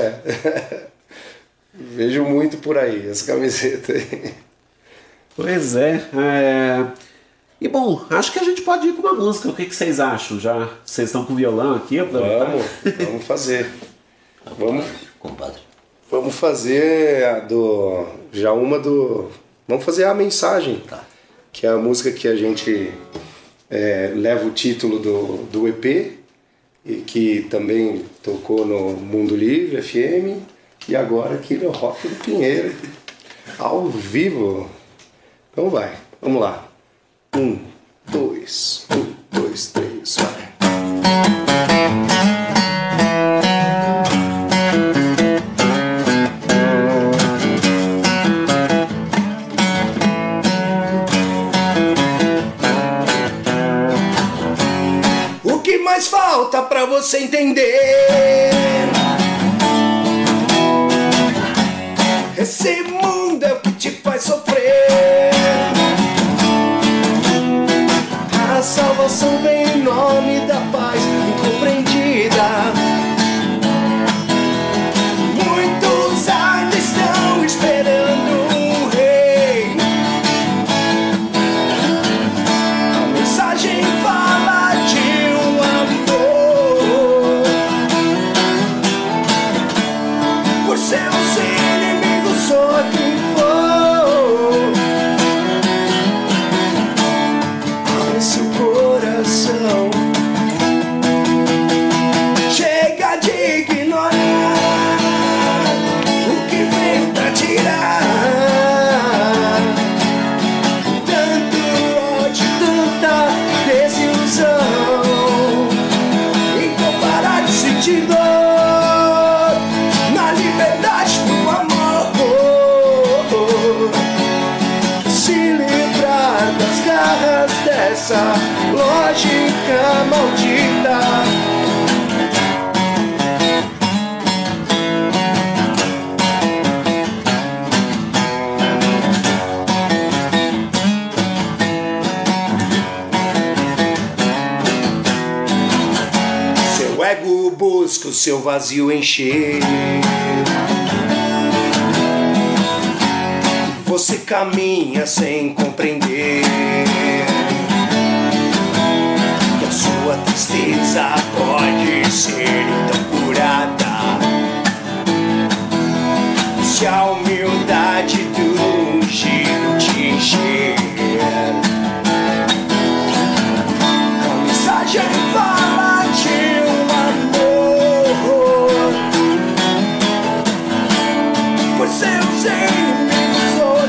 Vejo muito por aí, essa camiseta aí. Pois E bom, acho que a gente pode ir com uma música. O que vocês acham? Já vocês estão com violão aqui? Vamos fazer. Compadre. Vamos fazer vamos fazer a Mensagem, que é a música que a gente leva o título do EP e que também tocou no Mundo Livre FM e agora aqui no Rock do Pinheiro, ao vivo. Então vamos lá. 1, 2, 3, vai. O que mais falta pra você entender? Esse mundo é o que te faz sofrer. A salvação vem em nome da paz incompreendida. Muitos ainda estão esperando um rei. te dou na liberdade do amor. Se livrar das garras dessa lógica maldita. Seu ego busca o seu vazio encher. Você caminha sem compreender que a sua tristeza pode ser então curada se a humildade do ungido te encher. A mensagem fala de um amor, pois seus inimigos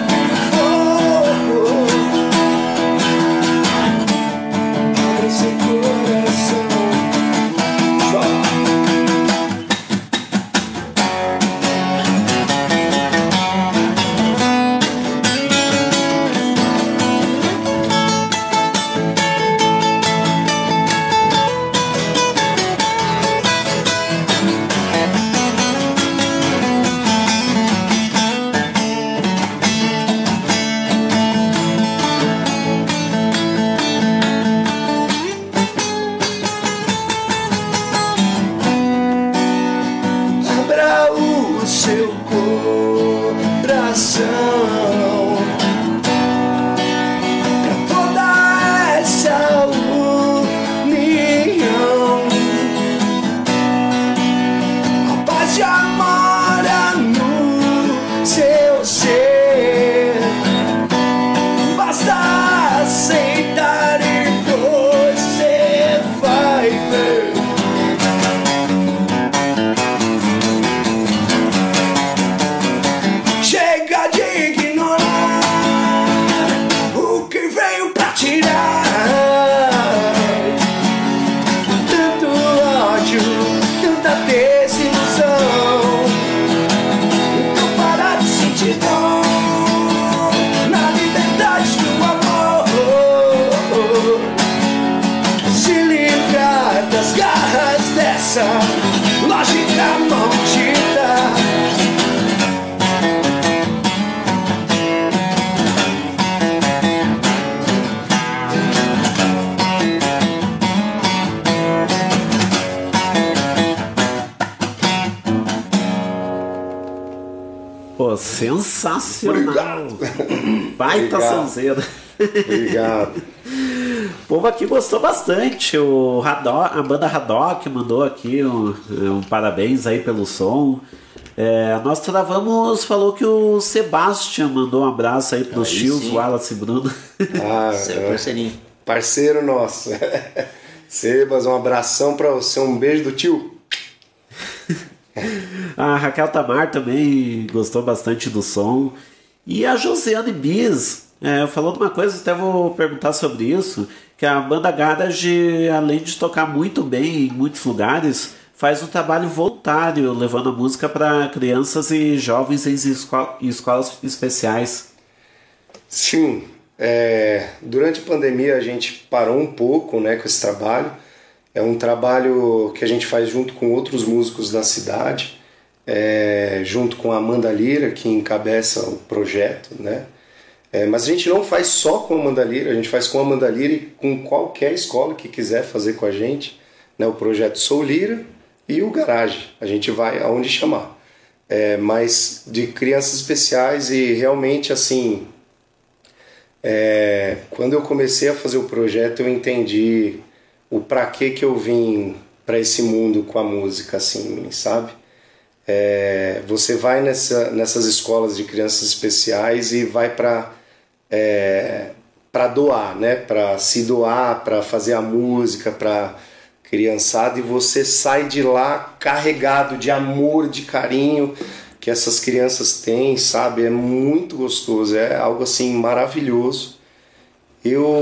lógica maldita. Pô, sensacional. Baita sonzeira. Obrigado. O povo aqui gostou bastante. A banda Haddock mandou aqui um parabéns aí pelo som. Nós travamos, falou que o Sebastian mandou um abraço aí pros tios, Wallace e Bruno. Seu parceirinho. Parceiro nosso. Sebas, um abração pra você, um beijo do tio. A Raquel Tamar também gostou bastante do som. E a Josiane Bis falou de uma coisa, até vou perguntar sobre isso, que a banda Garage, além de tocar muito bem em muitos lugares, faz um trabalho voluntário, levando a música para crianças e jovens em escolas especiais. Sim, durante a pandemia a gente parou um pouco, com esse trabalho. É um trabalho que a gente faz junto com outros músicos da cidade, junto com a Amanda Lira, que encabeça o projeto, mas a gente não faz só com a Amanda Lira, a gente faz com a Amanda Lira e com qualquer escola que quiser fazer com a gente, o projeto Sou Lira e o Garage, a gente vai aonde chamar, mas de crianças especiais. E realmente assim, quando eu comecei a fazer o projeto eu entendi o pra que eu vim para esse mundo com a música, assim, sabe? Você vai nessas escolas de crianças especiais e vai para doar, para se doar, para fazer a música, para criançada, e você sai de lá carregado de amor, de carinho que essas crianças têm, sabe? É muito gostoso, é algo assim maravilhoso.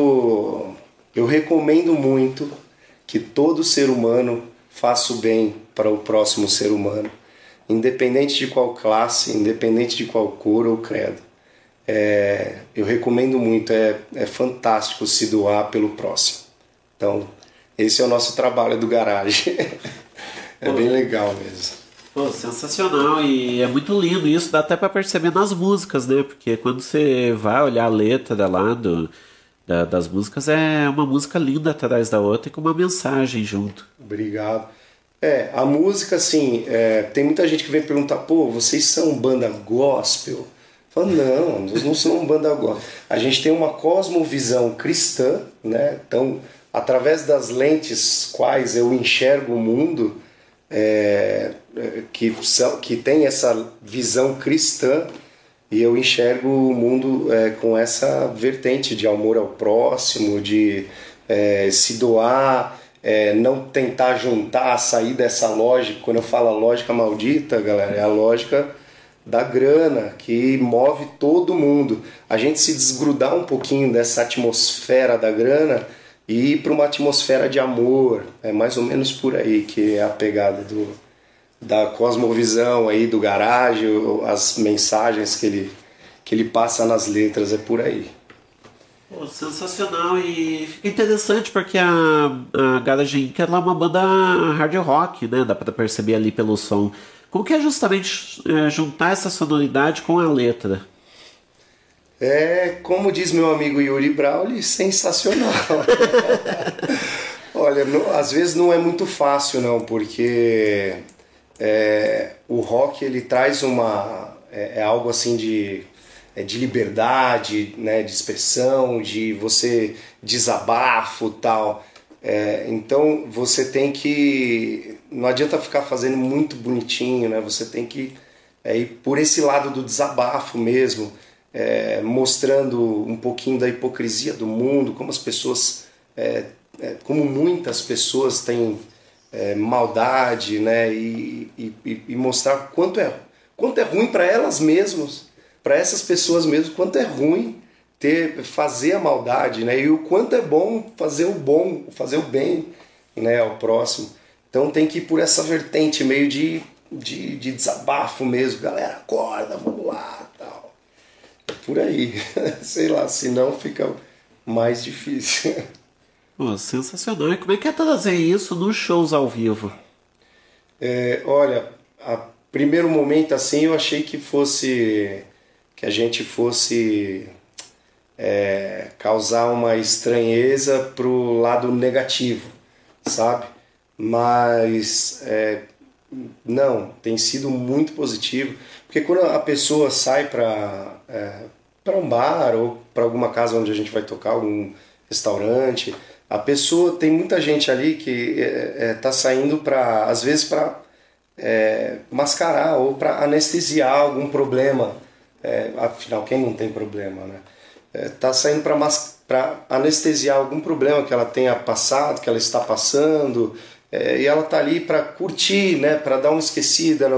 Eu recomendo muito que todo ser humano faça o bem para o próximo ser humano, independente de qual classe, independente de qual cor ou credo. Eu recomendo muito, é fantástico se doar pelo próximo. Então, esse é o nosso trabalho do Garage. Bem legal mesmo. Pô, sensacional, e é muito lindo isso, dá até pra perceber nas músicas, né? Porque quando você vai olhar a letra lá das músicas, é uma música linda atrás da outra e com uma mensagem junto. Obrigado. A música, assim, tem muita gente que vem perguntar, pô, vocês são banda gospel? Fala, não, nós não somos banda gospel. A gente tem uma cosmovisão cristã, né? Então, através das lentes quais eu enxergo o mundo, que tem essa visão cristã, e eu enxergo o mundo com essa vertente de amor ao próximo, de se doar, não tentar juntar, sair dessa lógica. Quando eu falo a lógica maldita, galera, é a lógica da grana que move todo mundo. A gente se desgrudar um pouquinho dessa atmosfera da grana e ir para uma atmosfera de amor, é mais ou menos por aí que é a pegada da cosmovisão aí do Garage, as mensagens que ele passa nas letras, é por aí. Pô, sensacional, e fica interessante porque a Garage Inc. ela é uma banda hard rock, né? Dá pra perceber ali pelo som. Como que é justamente juntar essa sonoridade com a letra? Como diz meu amigo Yuri Brauli, sensacional. Olha, às vezes não é muito fácil não, porque o rock ele traz algo assim de liberdade, né, de expressão, de você desabafo, tal. Então você tem que, não adianta ficar fazendo muito bonitinho, né? Você tem que ir por esse lado do desabafo mesmo, mostrando um pouquinho da hipocrisia do mundo, como as pessoas, como muitas pessoas têm maldade, né? E mostrar quanto é ruim para elas mesmas, para essas pessoas mesmo, quanto é ruim fazer a maldade, né? E o quanto é bom, fazer o bem, né, ao próximo. Então tem que ir por essa vertente meio de desabafo mesmo. Galera, acorda, vamos lá, tal. Por aí. Sei lá, senão fica mais difícil. Pô, sensacional. E como é que é trazer isso nos shows ao vivo? Olha, a primeiro momento assim eu achei que a gente fosse causar uma estranheza pro lado negativo, sabe? Mas não, tem sido muito positivo, porque quando a pessoa sai para um bar ou para alguma casa onde a gente vai tocar, algum restaurante, a pessoa, tem muita gente ali que tá saindo às vezes para mascarar ou para anestesiar algum problema. Afinal, quem não tem problema, né? Tá saindo para anestesiar algum problema que ela tenha passado, que ela está passando, e ela tá ali para curtir, né? Para dar uma esquecida.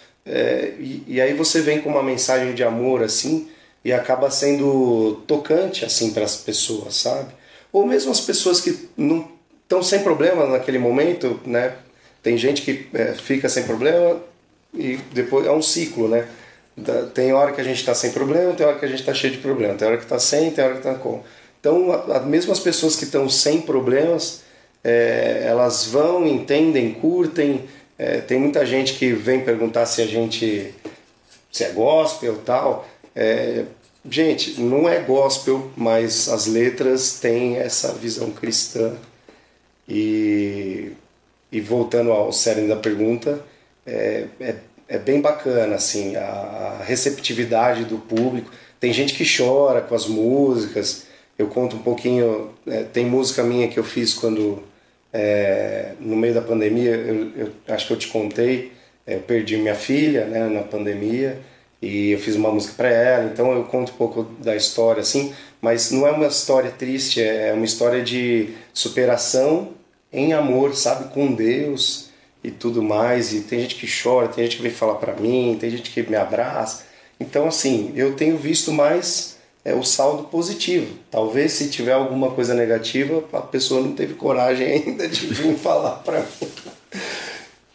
E aí você vem com uma mensagem de amor assim, e acaba sendo tocante assim para as pessoas, sabe? Ou mesmo as pessoas que não estão sem problema naquele momento, né? Tem gente que fica sem problema e depois é um ciclo, né? Tem hora que a gente está sem problema, tem hora que a gente está cheio de problema, tem hora que está sem, tem hora que está com. Então, mesmo as pessoas que estão sem problemas, elas vão, entendem, curtem. Tem muita gente que vem perguntar se é gospel e tal. Gente, não é gospel, mas as letras têm essa visão cristã. E voltando ao cerne da pergunta, é bem bacana assim, a receptividade do público. Tem gente que chora com as músicas. Eu conto um pouquinho, tem música minha que eu fiz quando, no meio da pandemia, eu acho que eu te contei, eu perdi minha filha, né, na pandemia, e eu fiz uma música para ela, então eu conto um pouco da história assim, mas não é uma história triste, é uma história de superação em amor, sabe, com Deus e tudo mais. E tem gente que chora, tem gente que vem falar para mim, tem gente que me abraça. Então assim, eu tenho visto mais o saldo positivo. Talvez se tiver alguma coisa negativa, a pessoa não teve coragem ainda de vir falar para mim.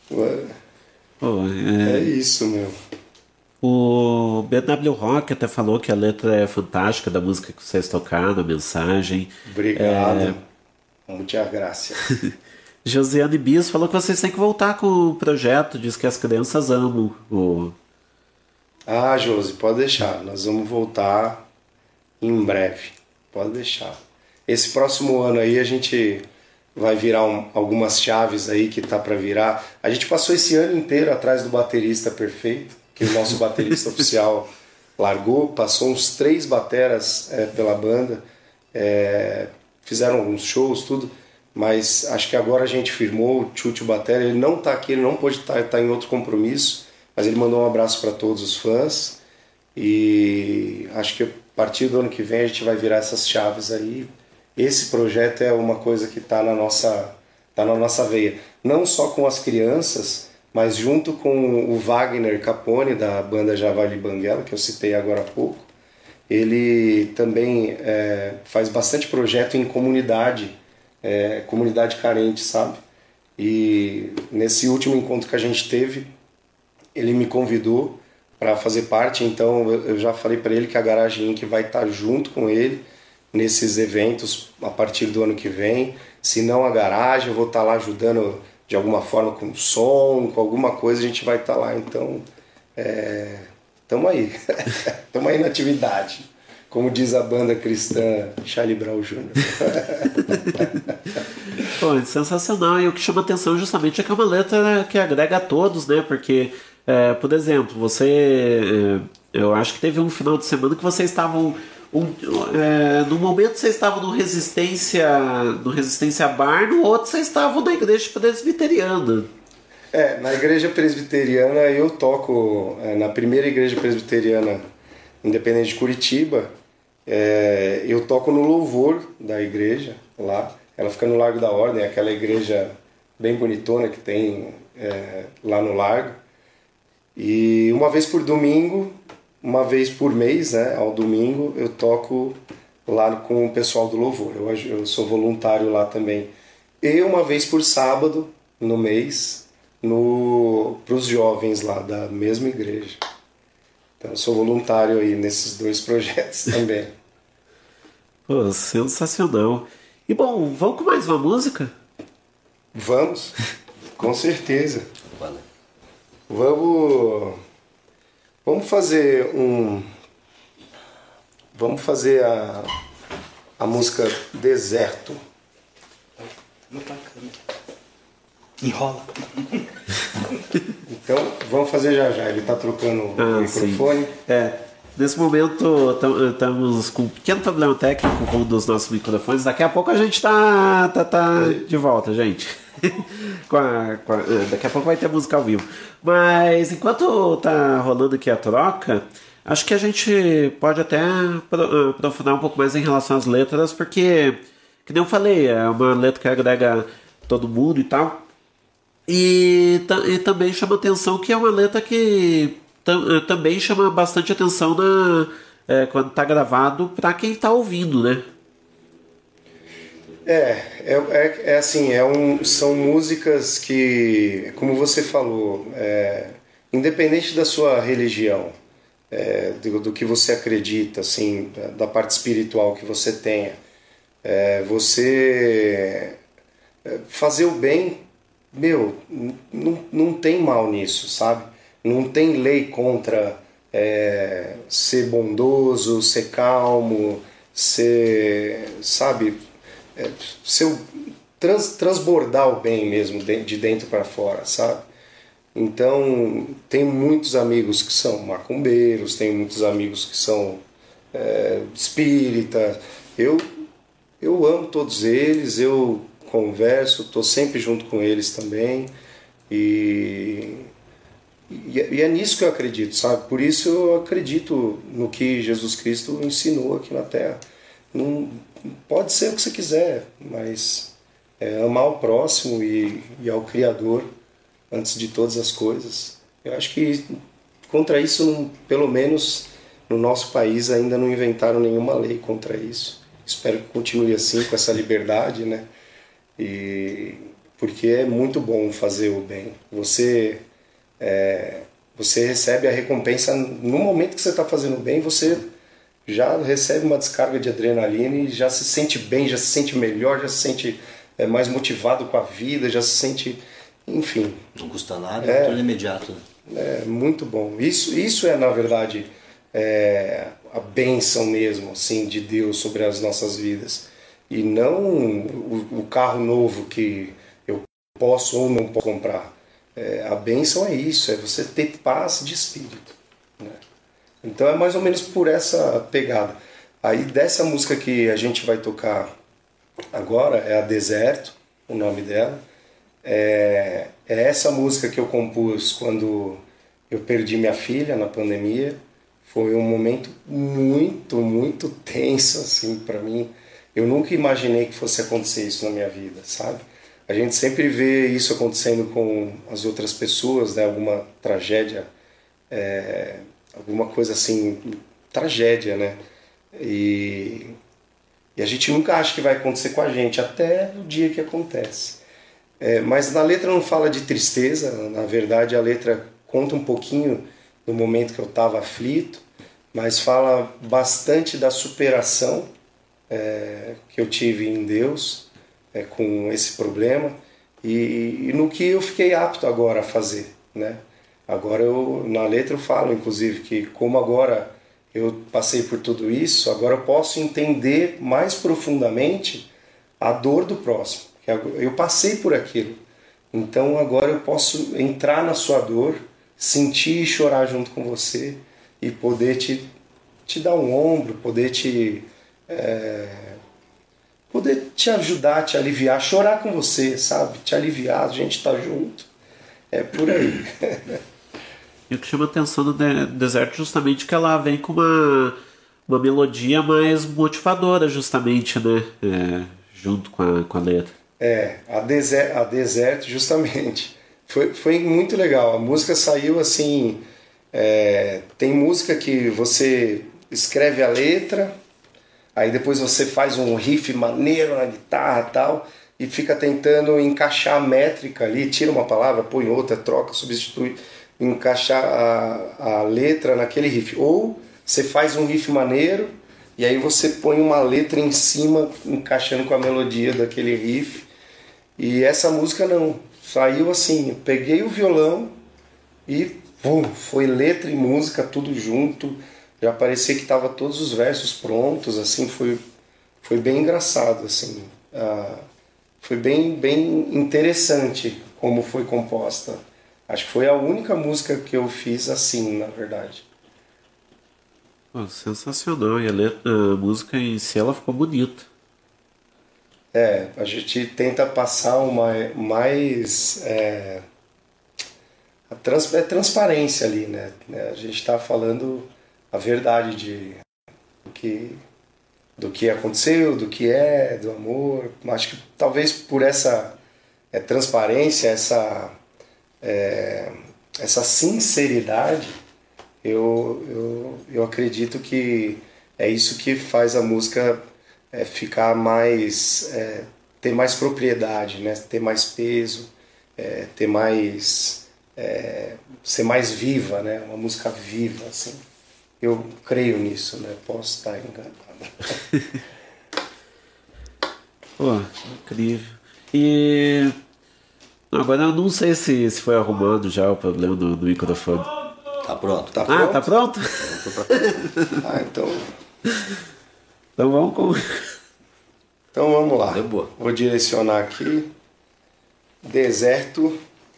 É isso, meu. O BW Rock até falou que a letra é fantástica da música que vocês tocaram, a mensagem. Obrigado. Muitas graças. Josiane Bis falou que vocês têm que voltar com o projeto, diz que as crianças amam o... Ah, Josi, pode deixar. Nós vamos voltar em breve. Pode deixar. Esse próximo ano aí a gente vai virar algumas chaves aí que tá para virar. A gente passou esse ano inteiro atrás do baterista perfeito, que o nosso baterista oficial largou. Passou uns 3 bateras pela banda. Fizeram alguns shows, tudo. Mas acho que agora a gente firmou o Chucho Batera. Ele não tá aqui, ele não pôde estar em outro compromisso. Mas ele mandou um abraço para todos os fãs e acho que a partir do ano que vem a gente vai virar essas chaves aí. Esse projeto é uma coisa que está na nossa veia. Não só com as crianças, mas junto com o Wagner Capone, da banda Javali Banguela, que eu citei agora há pouco. Ele também faz bastante projeto em comunidade carente, sabe? E nesse último encontro que a gente teve, ele me convidou para fazer parte, então eu já falei para ele que a Garagem Inc. vai estar junto com ele nesses eventos a partir do ano que vem. Se não a garagem, eu vou estar lá ajudando de alguma forma com som, com alguma coisa, a gente vai estar lá. Então, estamos aí. Estamos aí na atividade. Como diz a banda cristã Charlie Brown Jr. Pô, é sensacional. E o que chama atenção justamente é que é uma letra que agrega a todos, né? Porque, por exemplo, eu acho que teve um final de semana que vocês estavam... no momento vocês estavam no Resistência Bar, no outro vocês estavam na igreja presbiteriana. Na igreja presbiteriana eu toco na primeira igreja presbiteriana independente de Curitiba. Eu toco no louvor da igreja lá. Ela fica no Largo da Ordem, aquela igreja bem bonitona que tem lá no Largo. E uma vez por domingo, uma vez por mês, né, ao domingo, eu toco lá com o pessoal do louvor. Eu sou voluntário lá também. E uma vez por sábado, no mês, para os jovens lá da mesma igreja. Então eu sou voluntário aí nesses 2 projetos também. Pô, sensacional. E bom, vamos com mais uma música? Vamos, com certeza. Vamos fazer a música Deserto. Não tá enrola. Então vamos fazer já. Ele tá trocando o microfone. Sim. Nesse momento estamos com um pequeno problema técnico com um dos nossos microfones. Daqui a pouco a gente tá de volta, gente. Daqui a pouco vai ter música ao vivo. Mas enquanto tá rolando aqui a troca, acho que a gente pode até aprofundar um pouco mais em relação às letras, porque, que nem eu falei, é uma letra que agrega todo mundo e tal. E também chama atenção que é uma letra que também chama bastante atenção quando tá gravado para quem tá ouvindo, né? Assim, são músicas que, como você falou, independente da sua religião, do que você acredita, assim, da parte espiritual que você tenha, você fazer o bem, não tem mal nisso, sabe? Não tem lei contra ser bondoso, ser calmo, transbordar o bem mesmo de dentro para fora, sabe? Então, tem muitos amigos que são macumbeiros, tem muitos amigos que são espíritas. Eu amo todos eles, eu converso, estou sempre junto com eles também. E é nisso que eu acredito, sabe? Por isso eu acredito no que Jesus Cristo ensinou aqui na Terra. Não pode ser o que você quiser, mas amar o próximo e ao Criador antes de todas as coisas. Eu acho que contra isso, pelo menos no nosso país, ainda não inventaram nenhuma lei contra isso. Espero que continue assim, com essa liberdade, né? E porque é muito bom fazer o bem. Você recebe a recompensa no momento que você está fazendo o bem, você já recebe uma descarga de adrenalina e já se sente bem, já se sente melhor, já se sente mais motivado com a vida, já se sente, enfim. Não custa nada, é tudo imediato. É muito bom. Isso é, na verdade, a bênção mesmo, assim, de Deus sobre as nossas vidas. E não o carro novo que eu posso ou não posso comprar. A bênção é isso, é você ter paz de espírito, né? Então é mais ou menos por essa pegada. Aí dessa música que a gente vai tocar agora, é a Deserto, o nome dela. É essa música que eu compus quando eu perdi minha filha na pandemia. Foi um momento muito, muito tenso assim para mim. Eu nunca imaginei que fosse acontecer isso na minha vida, sabe? A gente sempre vê isso acontecendo com as outras pessoas, né? Alguma tragédia, alguma coisa assim, tragédia, né? E a gente nunca acha que vai acontecer com a gente, até o dia que acontece. Mas na letra não fala de tristeza, na verdade a letra conta um pouquinho do momento que eu estava aflito, mas fala bastante da superação que eu tive em Deus, com esse problema, e no que eu fiquei apto agora a fazer, né? Agora na letra eu falo, inclusive, que como agora eu passei por tudo isso, agora eu posso entender mais profundamente a dor do próximo. Eu passei por aquilo, então agora eu posso entrar na sua dor, sentir e chorar junto com você e poder te dar um ombro, poder te ajudar, te aliviar, chorar com você, sabe? Te aliviar, a gente tá junto. É por aí. E o que chama a atenção do Deserto justamente que ela vem com uma melodia mais motivadora, justamente, né? Junto com a letra. A Deserto, justamente. Foi muito legal. A música saiu assim... tem música que você escreve a letra, aí depois você faz um riff maneiro na guitarra e tal, e fica tentando encaixar a métrica ali, tira uma palavra, põe outra, troca, substitui, encaixar a letra naquele riff. Ou você faz um riff maneiro, e aí você põe uma letra em cima, encaixando com a melodia daquele riff. E essa música não, saiu assim, eu peguei o violão e foi letra e música tudo junto, já parecia que estava todos os versos prontos, assim, foi bem engraçado, assim, foi bem interessante como foi composta. Acho que foi a única música que eu fiz assim, na verdade. Sensacional, e a música em si ela ficou bonita. A gente tenta passar mais transparência ali, né? A gente está falando a verdade do que aconteceu, do que do amor. Acho que talvez por essa transparência, essa sinceridade, eu acredito que é isso que faz a música ficar mais, ter mais propriedade, né? Ter mais peso, ter mais, ser mais viva, né? Uma música viva, assim. Eu creio nisso, né? Posso estar enganado. Pô, incrível. E agora eu não sei se foi arrumado já o problema do microfone. Tá pronto. Tá pronto? Tá pronto? Então vamos Então vamos lá. Boa. Vou direcionar aqui. Deserto.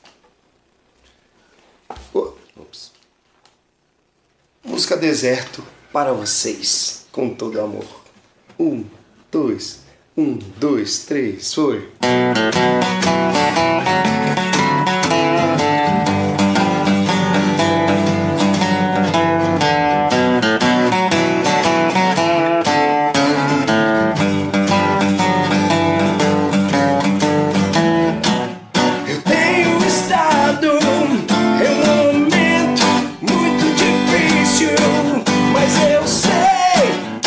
Ops. Música Deserto para vocês, com todo amor. 1, 2, 1, 2, 3, foi.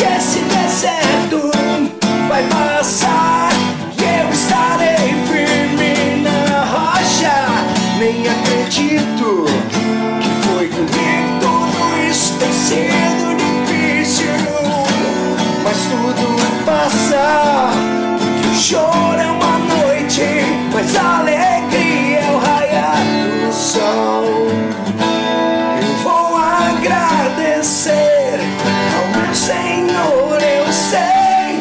Vai passar e eu estarei firme. choro é uma noite, mas a alegria é o raiar do sol. Eu vou agradecer ao meu Senhor, eu sei.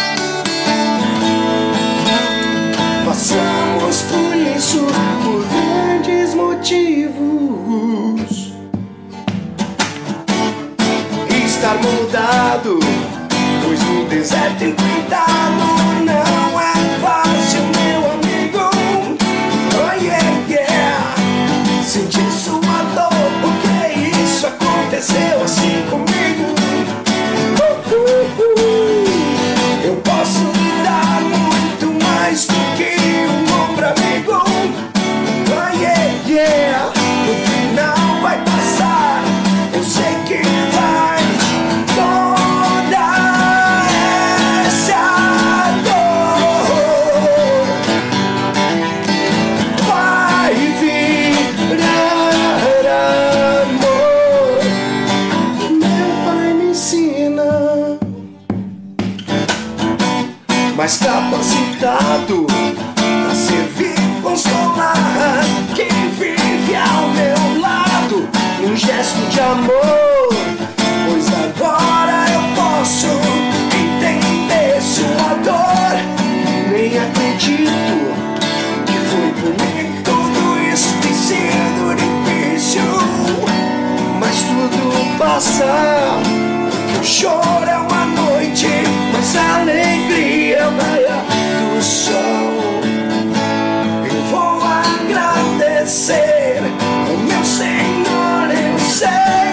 Passamos por isso por grandes motivos. Estar mudado, pois no deserto enfrentado não é fácil, meu amigo. Oh yeah, yeah. Sentir sua dor, porque isso aconteceu assim comigo. Eu posso lhe dar muito mais do que um ombro amigo. Oh yeah, yeah. No final vai passar, eu sei que vai. Toda essa dor vai virar amor. Meu pai me ensina, mais capacitado a servir, consolar quem vive ao meu lado, num gesto de amor. Pois agora eu posso entender sua dor. Nem acredito que foi por mim. Tudo isso tem sido difícil, mas tudo passa. O choro é uma noite, mas a alegria é o raiar do sol. Eu vou agradecer ao meu Senhor, eu sei.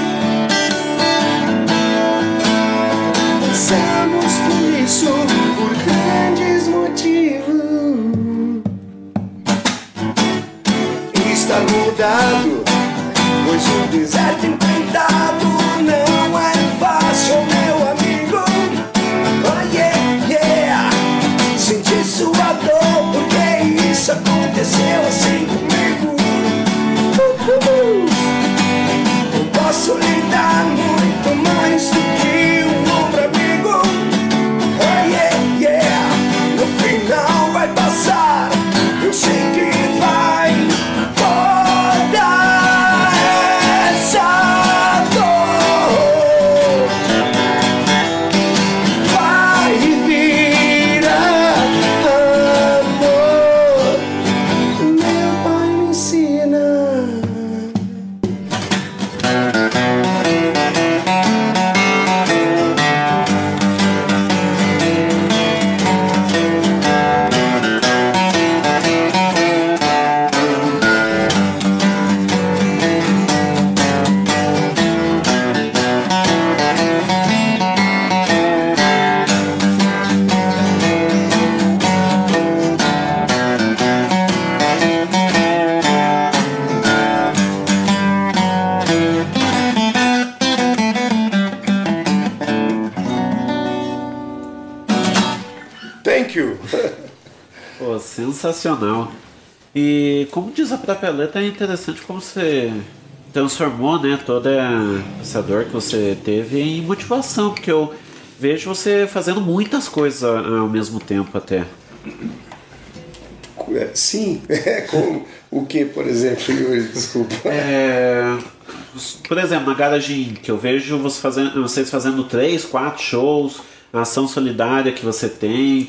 Passamos por isso por grandes motivos. Estar mudado, pois o deserto enfrentado não é fácil, meu amigo. Oh yeah, yeah. Sentir sua dor, porque isso aconteceu assim comigo. Eu posso lhe dar muito mais do que um ombro amigo. Oh yeah, yeah. No final vai passar, eu sei que vai. Toda essa dor vai virar amor. Meu pai me ensina. Thank you. Pô, sensacional. E como diz a própria letra, é interessante como você transformou, né, toda essa dor que você teve em motivação, porque eu vejo você fazendo muitas coisas ao mesmo tempo até. Sim, como o que, por exemplo, Yuri? Desculpa. Por exemplo, na Garagem, que eu vejo vocês fazendo 3, 4 shows, a ação solidária que você tem,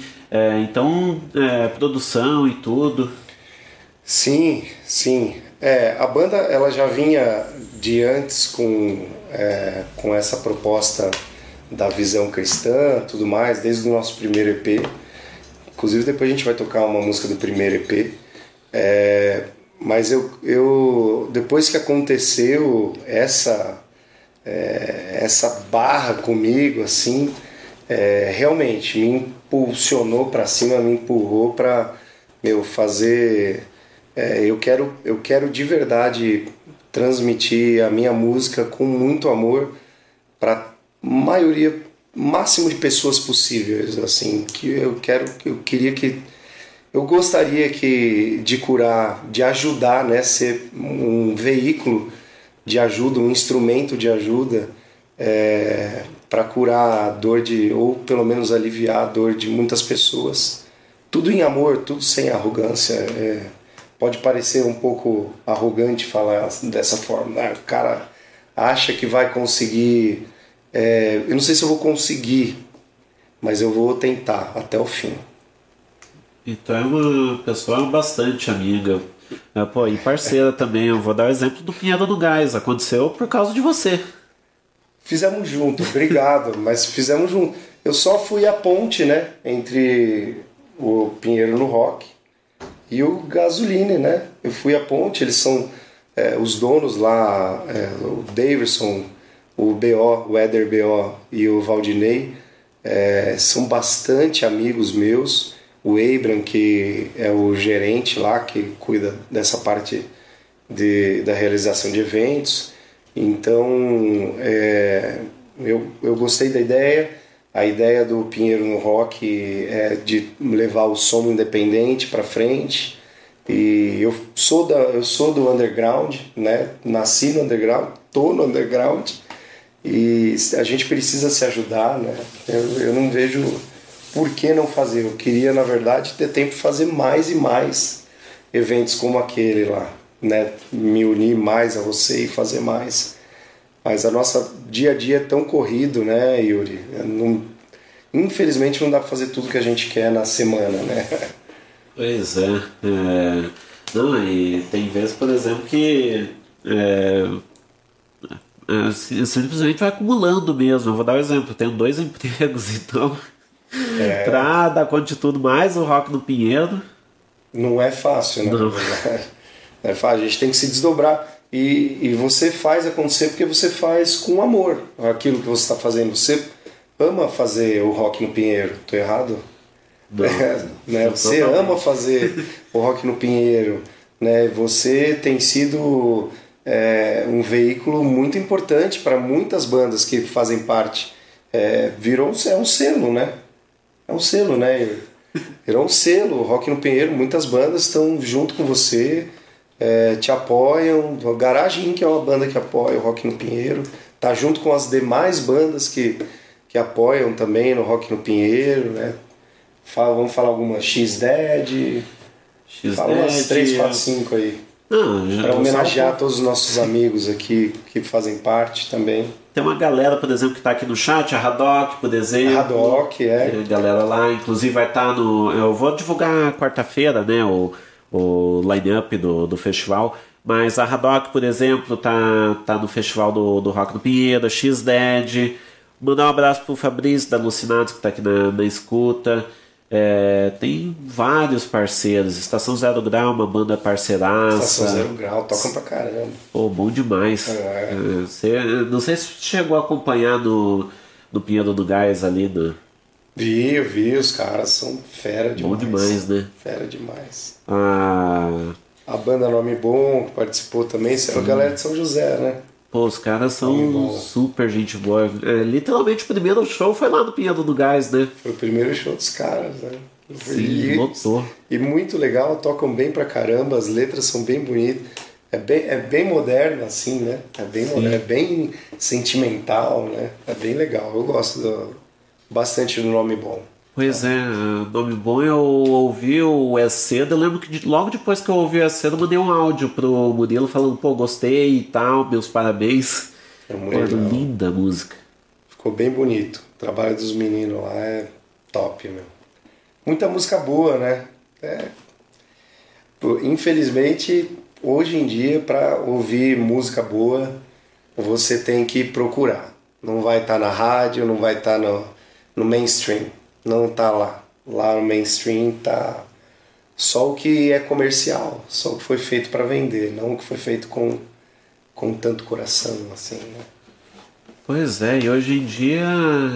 produção e tudo. Sim, sim. A banda ela já vinha de antes com essa proposta da visão cristã, tudo mais, desde o nosso primeiro EP. Inclusive depois a gente vai tocar uma música do primeiro EP. Mas eu depois que aconteceu essa barra comigo, assim, realmente me impulsionou para cima, me empurrou para fazer. Eu quero de verdade transmitir a minha música com muito amor para maioria, máximo de pessoas possíveis, assim, eu gostaria de curar, de ajudar, né, ser um veículo de ajuda, um instrumento de ajuda para curar a dor ou pelo menos aliviar a dor de muitas pessoas, tudo em amor, tudo sem arrogância. Pode parecer um pouco arrogante falar dessa forma, né? O cara acha que vai conseguir, eu não sei se eu vou conseguir, mas eu vou tentar até o fim. Então é uma pessoa bastante amiga, pô, e parceira também. Eu vou dar o exemplo do Pinheiro do Gás, aconteceu por causa de você. Fizemos junto, obrigado, mas fizemos junto. Eu só fui a ponte, né, entre o Pinheiro no Rock e o Gasoline, né? Eu fui a ponte, eles são os donos lá, o Davidson, o BO, o Éder BO e o Valdinei, são bastante amigos meus. O Abram, que é o gerente lá, que cuida dessa parte da realização de eventos. Então, eu gostei da ideia. A ideia do Pinheiro no Rock é de levar o som independente para frente. E eu sou do underground, né? Nasci no underground, tô no underground. E a gente precisa se ajudar, né? Eu não vejo por que não fazer. Eu queria, na verdade, ter tempo de fazer mais e mais eventos como aquele lá, né? Me unir mais a você e fazer mais. Mas a nossa dia a dia é tão corrido, né, Yuri? Infelizmente não dá para fazer tudo que a gente quer na semana, né? Pois é. Não, e tem vezes, por exemplo, que simplesmente vai acumulando mesmo. Eu vou dar um exemplo. Eu tenho 2 empregos, então pra dar conta de tudo, mais o Rock no Pinheiro. Não é fácil, né? Não é fácil, a gente tem que se desdobrar. E você faz acontecer porque você faz com amor aquilo que você está fazendo. Você ama fazer o Rock no Pinheiro, tô errado? Não, né? Você ama fazer o Rock no Pinheiro, né? Você tem sido um veículo muito importante para muitas bandas que fazem parte. Virou um selo, né? É um selo, né? Virou um selo, o Rock no Pinheiro. Muitas bandas estão junto com você, te apoiam. O Garage Inc. é uma banda que apoia o Rock no Pinheiro, tá junto com as demais bandas que apoiam também no Rock no Pinheiro, né? Vamos falar algumas, X-Dead, fala umas 3, 4, 5 aí, para homenagear todos os nossos amigos aqui que fazem parte também. Tem uma galera, por exemplo, que está aqui no chat, a Haddock, por exemplo. A Haddock, Tem a galera lá, inclusive vai estar no... Eu vou divulgar quarta-feira, né, o line-up do festival, mas a Haddock, por exemplo, tá no festival do Rock no Pinheiro, X-Dead. Mandar um abraço pro Fabrício da Alucinados, que está aqui na escuta. Tem vários parceiros. Estação Zero Grau, uma banda parceiraça. Estação Zero Grau, tocam pra caramba. Pô, bom demais. Não sei se chegou a acompanhar no Pinheiro do Gás ali. Vi, os caras são fera demais. Bom demais, né? Fera demais. A banda Nome Bom, que participou também, a galera de São José, né? Pô, os caras são super gente boa. Literalmente o primeiro show foi lá no Pinheiro do Gás, né? Foi o primeiro show dos caras, né? Sim, lotou. E muito legal, tocam bem pra caramba, as letras são bem bonitas. É bem moderno, assim, né? É bem moderno, é bem sentimental, né? É bem legal. Eu gosto bastante do Nome Bom. Pois Nome Bom, eu ouvi o Cedo. Eu lembro que logo depois que eu ouvi o Cedo, eu mandei um áudio pro Murilo falando, pô, gostei e tal, meus parabéns. Linda a música. Ficou bem bonito. O trabalho dos meninos lá é top, meu. Muita música boa, né? Infelizmente, hoje em dia, para ouvir música boa, você tem que procurar. Não vai estar na rádio, não vai estar no mainstream. Não tá lá. Lá no mainstream tá só o que é comercial, só o que foi feito para vender, não o que foi feito com tanto coração, assim, né? Pois é, e hoje em dia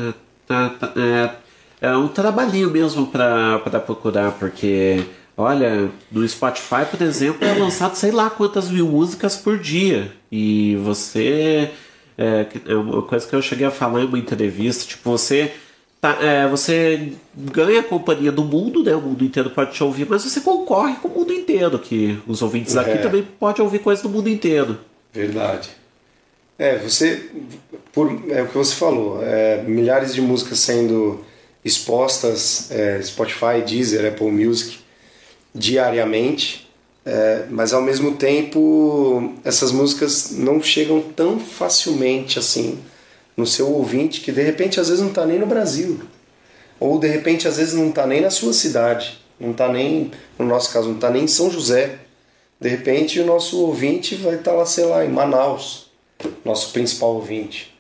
é um trabalhinho mesmo para procurar, porque, olha, no Spotify, por exemplo, é lançado sei lá quantas mil músicas por dia, e você... É uma coisa que eu cheguei a falar em uma entrevista, tipo, você ganha a companhia do mundo, né? O mundo inteiro pode te ouvir, mas você concorre com o mundo inteiro, que os ouvintes aqui também podem ouvir coisas do mundo inteiro. Verdade. É o que você falou, milhares de músicas sendo expostas Spotify, Deezer, Apple Music diariamente, mas ao mesmo tempo essas músicas não chegam tão facilmente assim no seu ouvinte, que de repente às vezes não está nem no Brasil, ou de repente às vezes não está nem na sua cidade, não está nem, no nosso caso, não está nem em São José. De repente o nosso ouvinte vai estar lá, sei lá, em Manaus, nosso principal ouvinte.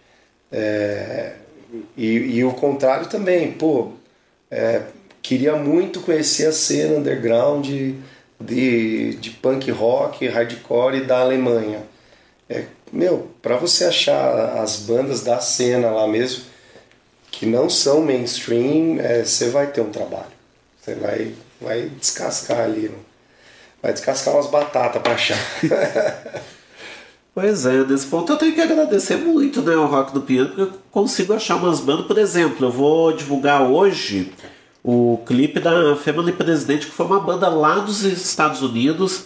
E o contrário também, queria muito conhecer a cena underground de punk rock, hardcore da Alemanha. Para você achar as bandas da cena lá mesmo, que não são mainstream, você vai ter um trabalho. Você vai descascar ali, vai descascar umas batatas para achar. Pois é, nesse ponto eu tenho que agradecer muito, né, o Rock no Pinheiro, porque eu consigo achar umas bandas. Por exemplo, eu vou divulgar hoje o clipe da Family President, que foi uma banda lá dos Estados Unidos.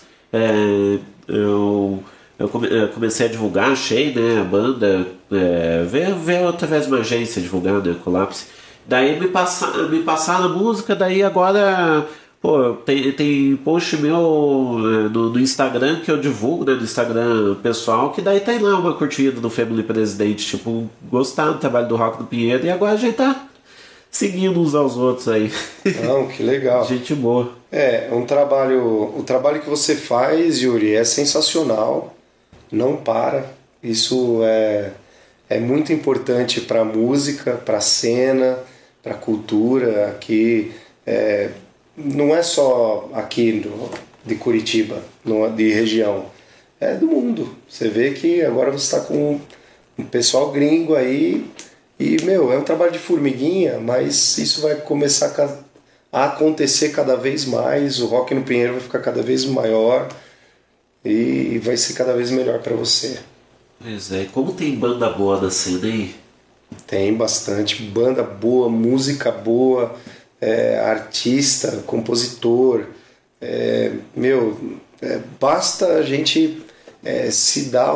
Eu comecei a divulgar, achei, né, a banda, veio através de uma agência divulgar, né, Collapse. Daí me passaram a música, daí agora... tem post meu no Instagram que eu divulgo, né, no Instagram pessoal, que daí tem lá uma curtida do Family President, tipo, gostar do trabalho do Rock no Pinheiro, e agora a gente tá seguindo uns aos outros aí. Não, que legal. Gente boa. O trabalho que você faz, Yuri, é sensacional, não para, isso é muito importante para a música, para a cena, para a cultura, aqui, não é só aqui de Curitiba, de região, é do mundo. Você vê que agora você está com um pessoal gringo aí e, é um trabalho de formiguinha, mas isso vai começar a acontecer cada vez mais, o Rock no Pinheiro vai ficar cada vez maior e vai ser cada vez melhor para você. Pois é, como tem banda boa na cena aí? Tem bastante banda boa, música boa, artista, compositor, basta a gente se dar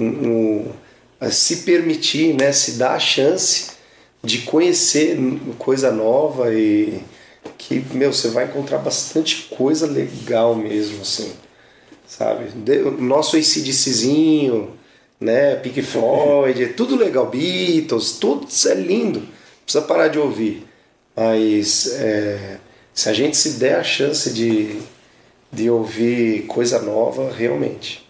se permitir, né, se dar a chance de conhecer coisa nova e que, você vai encontrar bastante coisa legal mesmo, assim, sabe? O nosso AC/DCzinho, né, Pink Floyd, é tudo legal, Beatles, tudo é lindo, precisa parar de ouvir. Mas se a gente se der a chance de ouvir coisa nova, realmente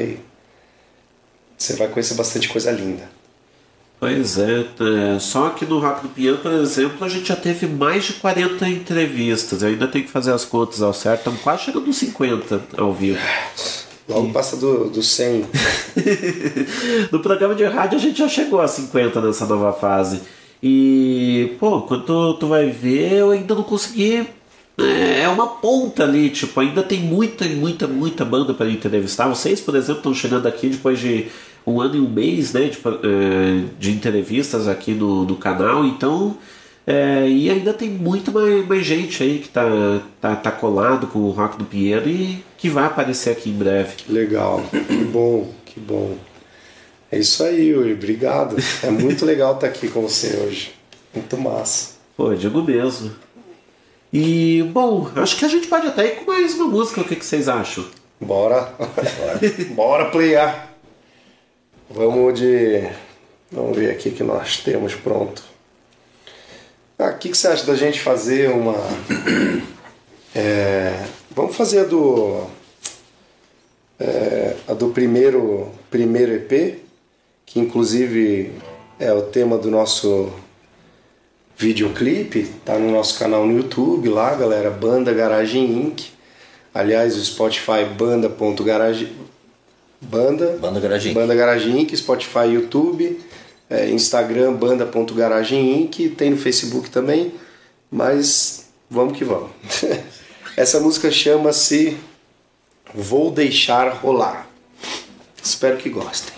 você vai conhecer bastante coisa linda. Pois só que no Rock no Pinheiro, por exemplo, a gente já teve mais de 40 entrevistas. Eu ainda tenho que fazer as contas ao certo, estamos quase chegando nos 50 ao vivo. Logo passa do 100. No programa de rádio a gente já chegou a 50 nessa nova fase. E, quando tu vai ver, eu ainda não consegui. É uma ponta ali, tipo, ainda tem muita banda para entrevistar. Vocês, por exemplo, estão chegando aqui depois de 1 ano e 1 mês, né, de entrevistas aqui no canal, então. E ainda tem muito mais gente aí que tá colado com o Rock no Pinheiro e que vai aparecer aqui em breve. Legal, que bom. É isso aí, Yuri, obrigado. É muito legal estar aqui com você hoje. Muito massa. Digo mesmo. E, acho que a gente pode até ir com mais uma música, o que vocês acham? Bora playar. Vamos ver aqui que nós temos pronto. O que você acha da gente fazer uma... vamos fazer a do primeiro EP, que inclusive é o tema do nosso videoclipe, tá no nosso canal no YouTube lá, galera, Banda Garagem Inc. Aliás, o Spotify Banda Garagem Inc, Spotify, YouTube, Instagram Banda.Garagem Inc, tem no Facebook também, mas vamos que vamos. Essa música chama-se Vou Deixar Rolar. Espero que gostem.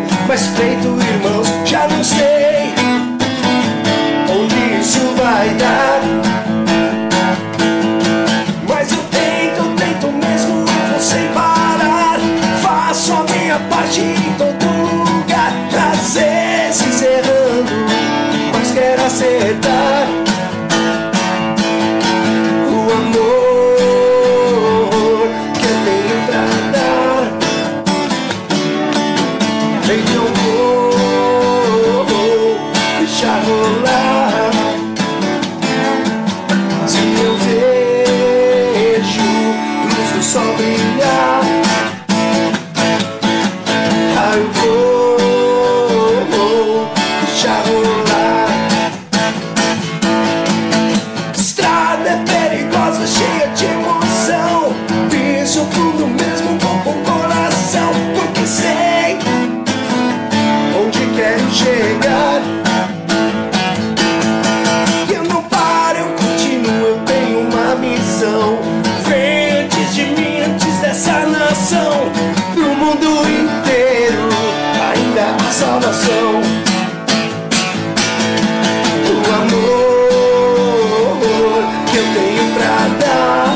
mas feito irmãos, já não sei onde isso vai dar. Mas eu tento mesmo, eu vou sem parar. Faço a minha parte em todo lugar, às vezes errando, mas quero acertar. O amor que eu tenho pra dar, então vou deixar rolar. Se eu vejo luz do sol brilhar, aí eu vou deixar rolar. Estrada é perigosa, cheia de emoção, piso fundo mesmo com o coração, porque sei onde quero chegar. Eu não paro, eu continuo, eu tenho uma missão. Vem antes de mim, antes dessa nação, pro mundo inteiro ainda há salvação. O amor que eu tenho pra dar,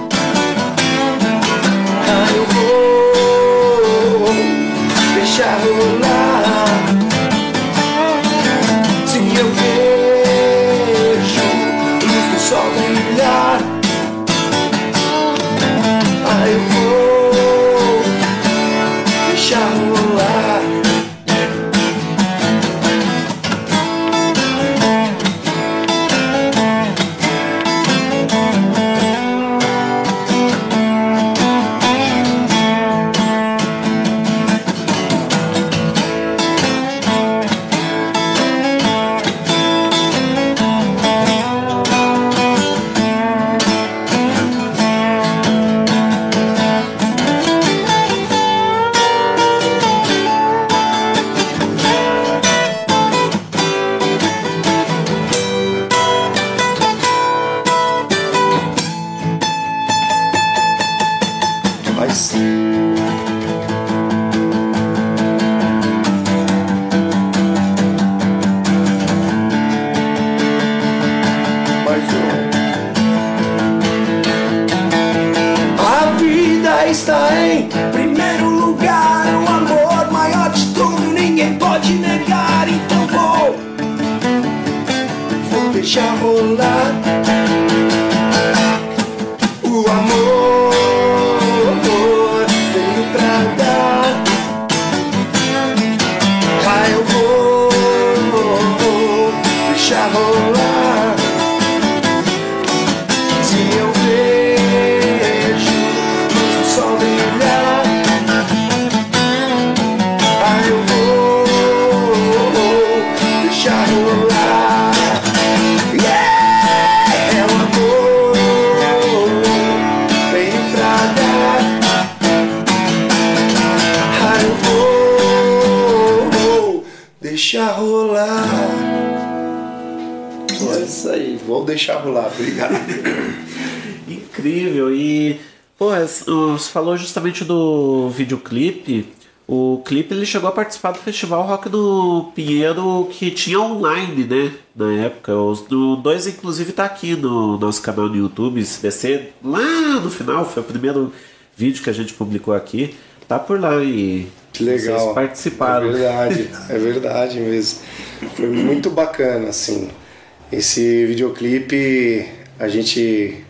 eu vou deixar rolar. Se eu vejo luz do sol brilhar, eu vou deixar rolar. Mas a vida está em primeiro lugar, o amor maior de tudo, ninguém pode negar. Então vou deixar rolar. O amor tenho pra dar, eu vou deixar rolar. Se eu vejo luz do sol brilhar, eu vou deixar rolar. Yeah! É o amor tenho pra dar, eu vou deixar rolar. É isso aí, vou deixar rolar, obrigado. Incrível. E, pô, você falou justamente do videoclipe. O clipe ele chegou a participar do Festival Rock do Pinheiro, que tinha online, né? Na época. Os dois, inclusive, tá aqui no nosso canal no YouTube. Se descer lá no final, foi o primeiro vídeo que a gente publicou aqui. Tá por lá e que legal. Vocês participaram. É verdade mesmo. Foi muito bacana, assim. Esse videoclipe a gente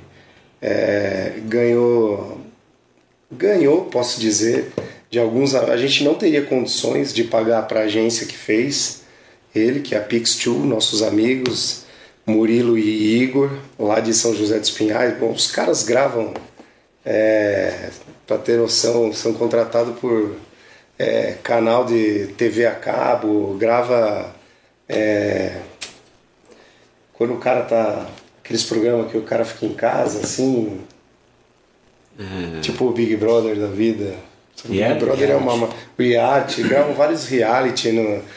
ganhou, posso dizer, de alguns. A gente não teria condições de pagar para a agência que fez ele, que é a Pix2, nossos amigos Murilo e Igor, lá de São José dos Pinhais. Bom, os caras gravam, para ter noção, são contratados por canal de TV a cabo, grava quando o cara tá, aqueles programas que o cara fica em casa assim, tipo o Big Brother da vida. O Big Brother é uma reality, gravam vários reality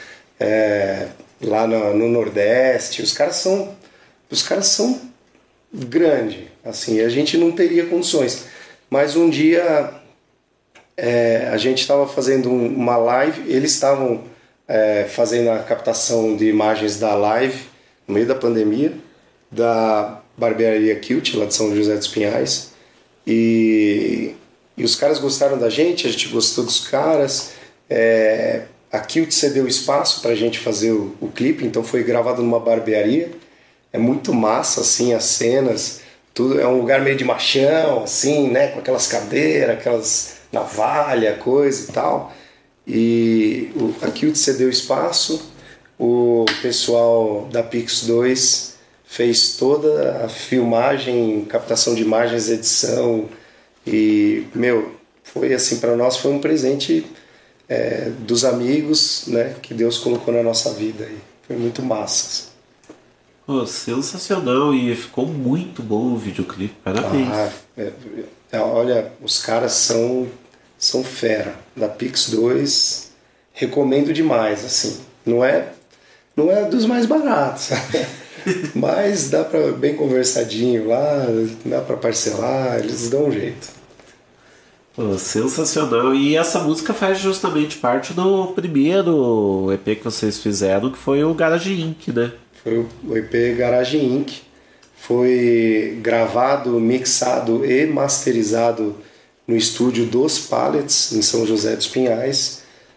lá no Nordeste. Os caras são grandes, assim, a gente não teria condições. Mas um dia a gente estava fazendo uma live, eles estavam fazendo a captação de imagens da live no meio da pandemia, da barbearia Kilt, lá de São José dos Pinhais, e os caras gostaram da gente, a gente gostou dos caras. A Kilt cedeu espaço pra gente fazer o clipe, então foi gravado numa barbearia. É muito massa, assim, as cenas, tudo, é um lugar meio de machão, assim, né, com aquelas cadeiras, aquelas navalha, coisa e tal. E a Kilt cedeu espaço, o pessoal da Pix 2 fez toda a filmagem, captação de imagens, edição, e, foi assim, para nós foi um presente dos amigos, né, que Deus colocou na nossa vida, e foi muito massa. Pô, sensacional, e ficou muito bom o videoclipe, parabéns. Olha, os caras são fera, da Pix 2, recomendo demais, assim, não é dos mais baratos, mas dá pra bem conversadinho lá, dá pra parcelar, eles dão um jeito. Pô, sensacional, e essa música faz justamente parte do primeiro EP que vocês fizeram, que foi o Garage Inc, né? Foi o EP Garage Inc, foi gravado, mixado e masterizado no estúdio dos Pallets, em São José dos Pinhais.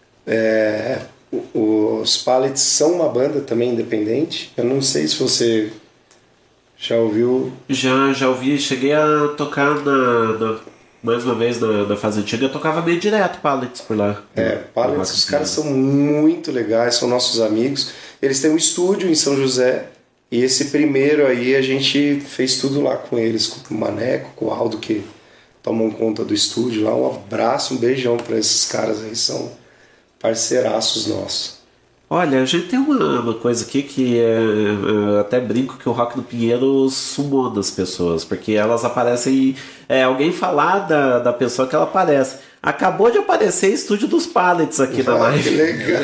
Os Pallets são uma banda também independente. Eu não sei se você já ouviu. Já ouvi, cheguei a tocar mais uma vez na fase antiga, eu tocava meio direto Pallets por lá. Pallets, os caras são muito legais, são nossos amigos. Eles têm um estúdio em São José, e esse primeiro aí a gente fez tudo lá com eles, com o Maneco, com o Aldo, que tomam conta do estúdio lá. Um abraço, um beijão para esses caras aí, são parceiraços nossos. Olha, a gente tem uma coisa aqui que eu até brinco que o Rock no Pinheiro sumou das pessoas, porque elas aparecem, alguém falar da pessoa que ela aparece. Acabou de aparecer Estúdio dos Pallets aqui na live. Que legal!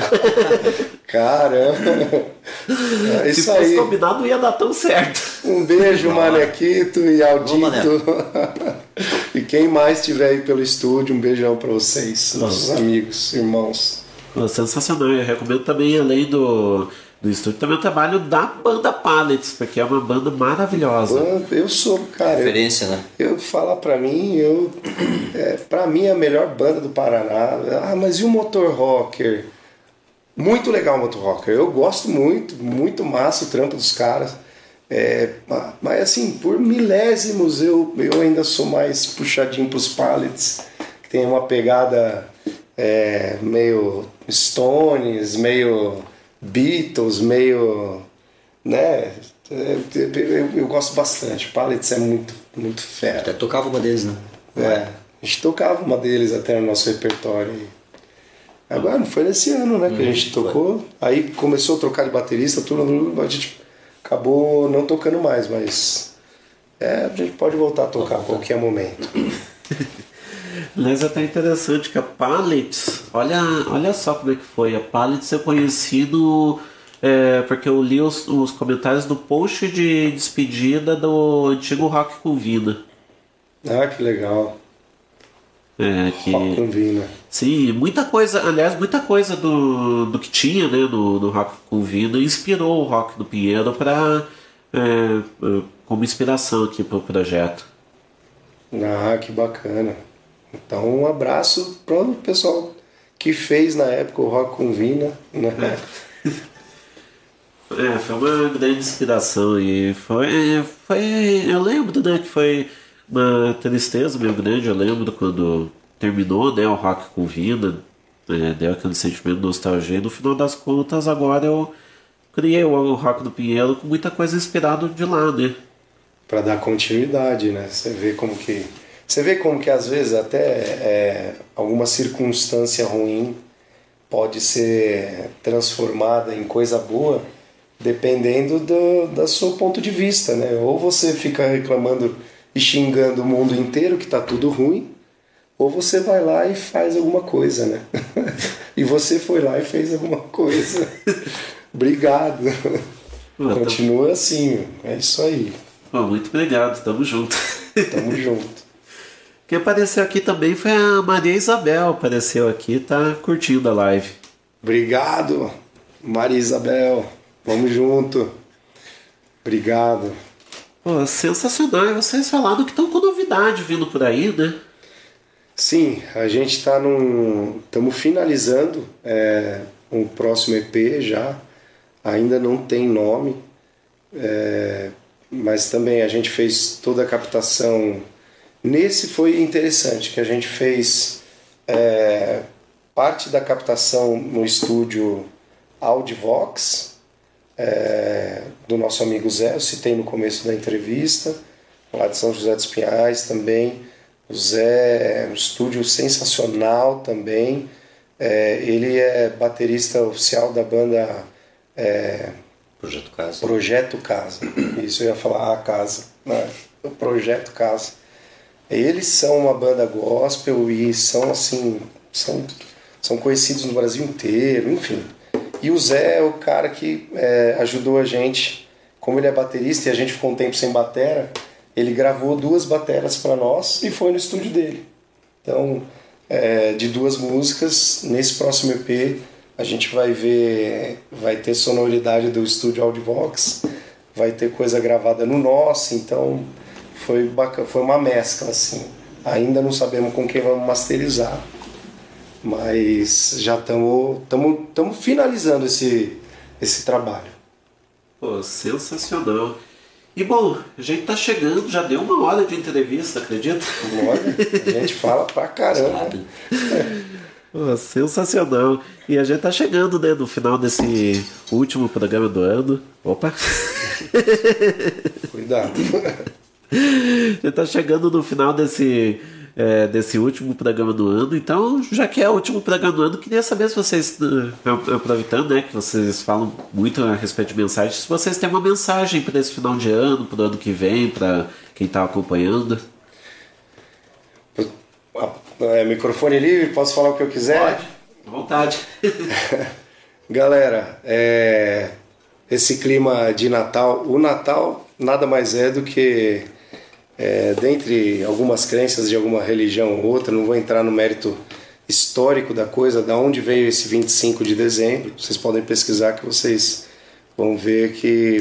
Caramba! Se fosse combinado, não ia dar tão certo. Um beijo, Manequito e Aldito. E quem mais estiver aí pelo estúdio, um beijão para vocês, nossos amigos, irmãos. Sensacional, eu recomendo também, além do estúdio, também o trabalho da banda Pallets, porque é uma banda maravilhosa. Eu sou, cara... Referência, né? Eu falar pra mim, pra mim é a melhor banda do Paraná. Mas e o Motor Rocker? Muito legal o Motor Rocker, eu gosto muito massa o trampo dos caras. Mas assim, por milésimos eu ainda sou mais puxadinho pros Pallets, que tem uma pegada meio Stones, meio Beatles, meio, né, eu gosto bastante. Pallets é muito fera. Até tocava uma deles, né? A gente tocava uma deles até no nosso repertório. Agora, não foi nesse ano, né, que a gente tocou. Aí começou a trocar de baterista, tudo, a gente acabou não tocando mais, mas a gente pode voltar a tocar a qualquer momento. Mas é até interessante que a Pallets, olha só como é que foi. A Pallets eu conheci porque eu li os comentários do post de despedida do antigo Rock com Vina. Ah, que legal. Rock com Vina. Sim, muita coisa do que tinha, né, no Rock com Vina inspirou o Rock no Pinheiro como inspiração aqui para o projeto. Ah, que bacana. Então, um abraço para o pessoal que fez na época o Rock com Vina, né? Foi uma grande inspiração e eu lembro, né, que foi uma tristeza meio grande. Eu lembro quando terminou, né, o Rock com Vina, deu aquele sentimento de nostalgia, e no final das contas agora eu criei o Rock do Pinheiro com muita coisa inspirada de lá, né? Para dar continuidade, né? Você vê como que às vezes até alguma circunstância ruim pode ser transformada em coisa boa, dependendo do seu ponto de vista, né? Ou você fica reclamando e xingando o mundo inteiro que tá tudo ruim, ou você vai lá e faz alguma coisa, né? E você foi lá e fez alguma coisa. Obrigado. Continua assim, é isso aí. Muito obrigado, tamo junto. Tamo junto. Quem apareceu aqui também foi a Maria Isabel, apareceu aqui, tá curtindo a live. Obrigado, Maria Isabel. Vamos junto. Obrigado. Pô, sensacional. E vocês falaram que estão com novidade vindo por aí, né? Sim, a gente estamos finalizando um próximo EP já. Ainda não tem nome. Mas também a gente fez toda a captação. Nesse foi interessante, que a gente fez parte da captação no estúdio Audivox, do nosso amigo Zé, eu citei no começo da entrevista, lá de São José dos Pinhais também. O Zé é um estúdio sensacional também. Ele é baterista oficial da banda Projeto Casa. Isso eu ia falar, a Casa. Não, o Projeto Casa. Eles são uma banda gospel e são assim, são conhecidos no Brasil inteiro, enfim. E o Zé é o cara que ajudou a gente, como ele é baterista e a gente ficou um tempo sem batera, ele gravou 2 bateras para nós e foi no estúdio dele. Então, de 2 músicas, nesse próximo EP a gente vai ter sonoridade do estúdio Audivox, vai ter coisa gravada no nosso, então foi bacana, foi uma mescla assim. Ainda não sabemos com quem vamos masterizar, mas já estamos finalizando esse trabalho. Pô, sensacional. E bom, a gente tá chegando, já deu 1 hora de entrevista, acredita? Olha, a gente fala pra caramba. Pô, sensacional. E a gente tá chegando, né, no final desse último programa do ano. Opa! Cuidado. A gente tá chegando no final desse último programa do ano. Então, já que é o último programa do ano, queria saber se vocês, aproveitando, né, que vocês falam muito a respeito de mensagens, se vocês têm uma mensagem para esse final de ano, para o ano que vem, para quem tá acompanhando. Microfone livre, posso falar o que eu quiser? Pode, à vontade. Galera, esse clima de Natal, o Natal nada mais é do que, dentre algumas crenças de alguma religião ou outra, não vou entrar no mérito histórico da coisa, da onde veio esse 25 de dezembro, vocês podem pesquisar que vocês vão ver que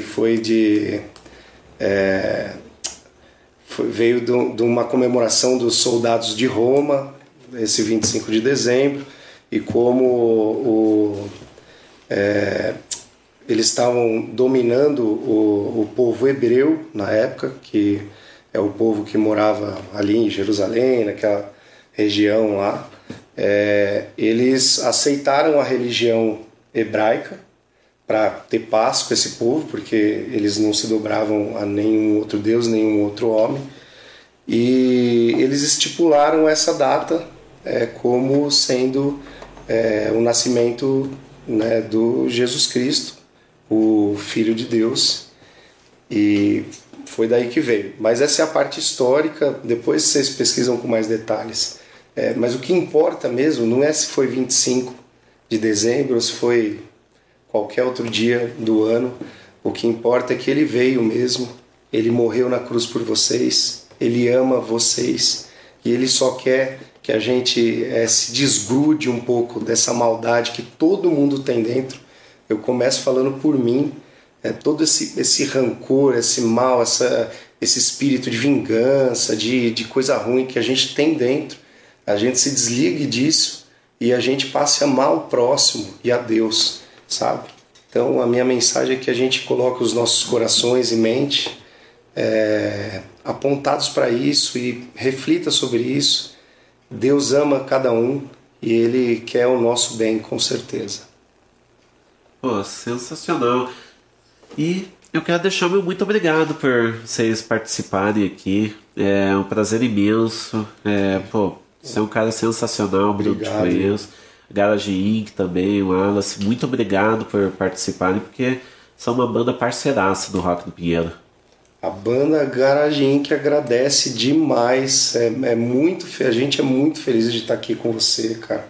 veio de uma comemoração dos soldados de Roma, esse 25 de dezembro, e como eles estavam dominando o povo hebreu na época, que é o povo que morava ali em Jerusalém, naquela região lá. Eles aceitaram a religião hebraica para ter paz com esse povo, porque eles não se dobravam a nenhum outro Deus, nenhum outro homem. E eles estipularam essa data como sendo o nascimento, né, do Jesus Cristo, o Filho de Deus. E foi daí que veio. Mas essa é a parte histórica, depois vocês pesquisam com mais detalhes. Mas o que importa mesmo não é se foi 25 de dezembro ou se foi qualquer outro dia do ano. O que importa é que ele veio mesmo, ele morreu na cruz por vocês, ele ama vocês e ele só quer que a gente se desgrude um pouco dessa maldade que todo mundo tem dentro. Eu começo falando por mim, todo esse rancor, esse mal, esse espírito de vingança, de coisa ruim que a gente tem dentro, a gente se desligue disso e a gente passe a amar o próximo e a Deus, sabe? Então a minha mensagem é que a gente coloque os nossos corações e mente apontados para isso e reflita sobre isso. Deus ama cada um e Ele quer o nosso bem, com certeza. Pô, sensacional. E eu quero deixar meu muito obrigado por vocês participarem aqui. É um prazer imenso. Você é um cara sensacional, Bruno, te conheço. Garage Inc. também, o Wallace, muito obrigado por participarem, porque são uma banda parceiraça do Rock no Pinheiro. A banda Garage Inc. agradece demais, a gente é muito feliz de estar aqui com você, cara,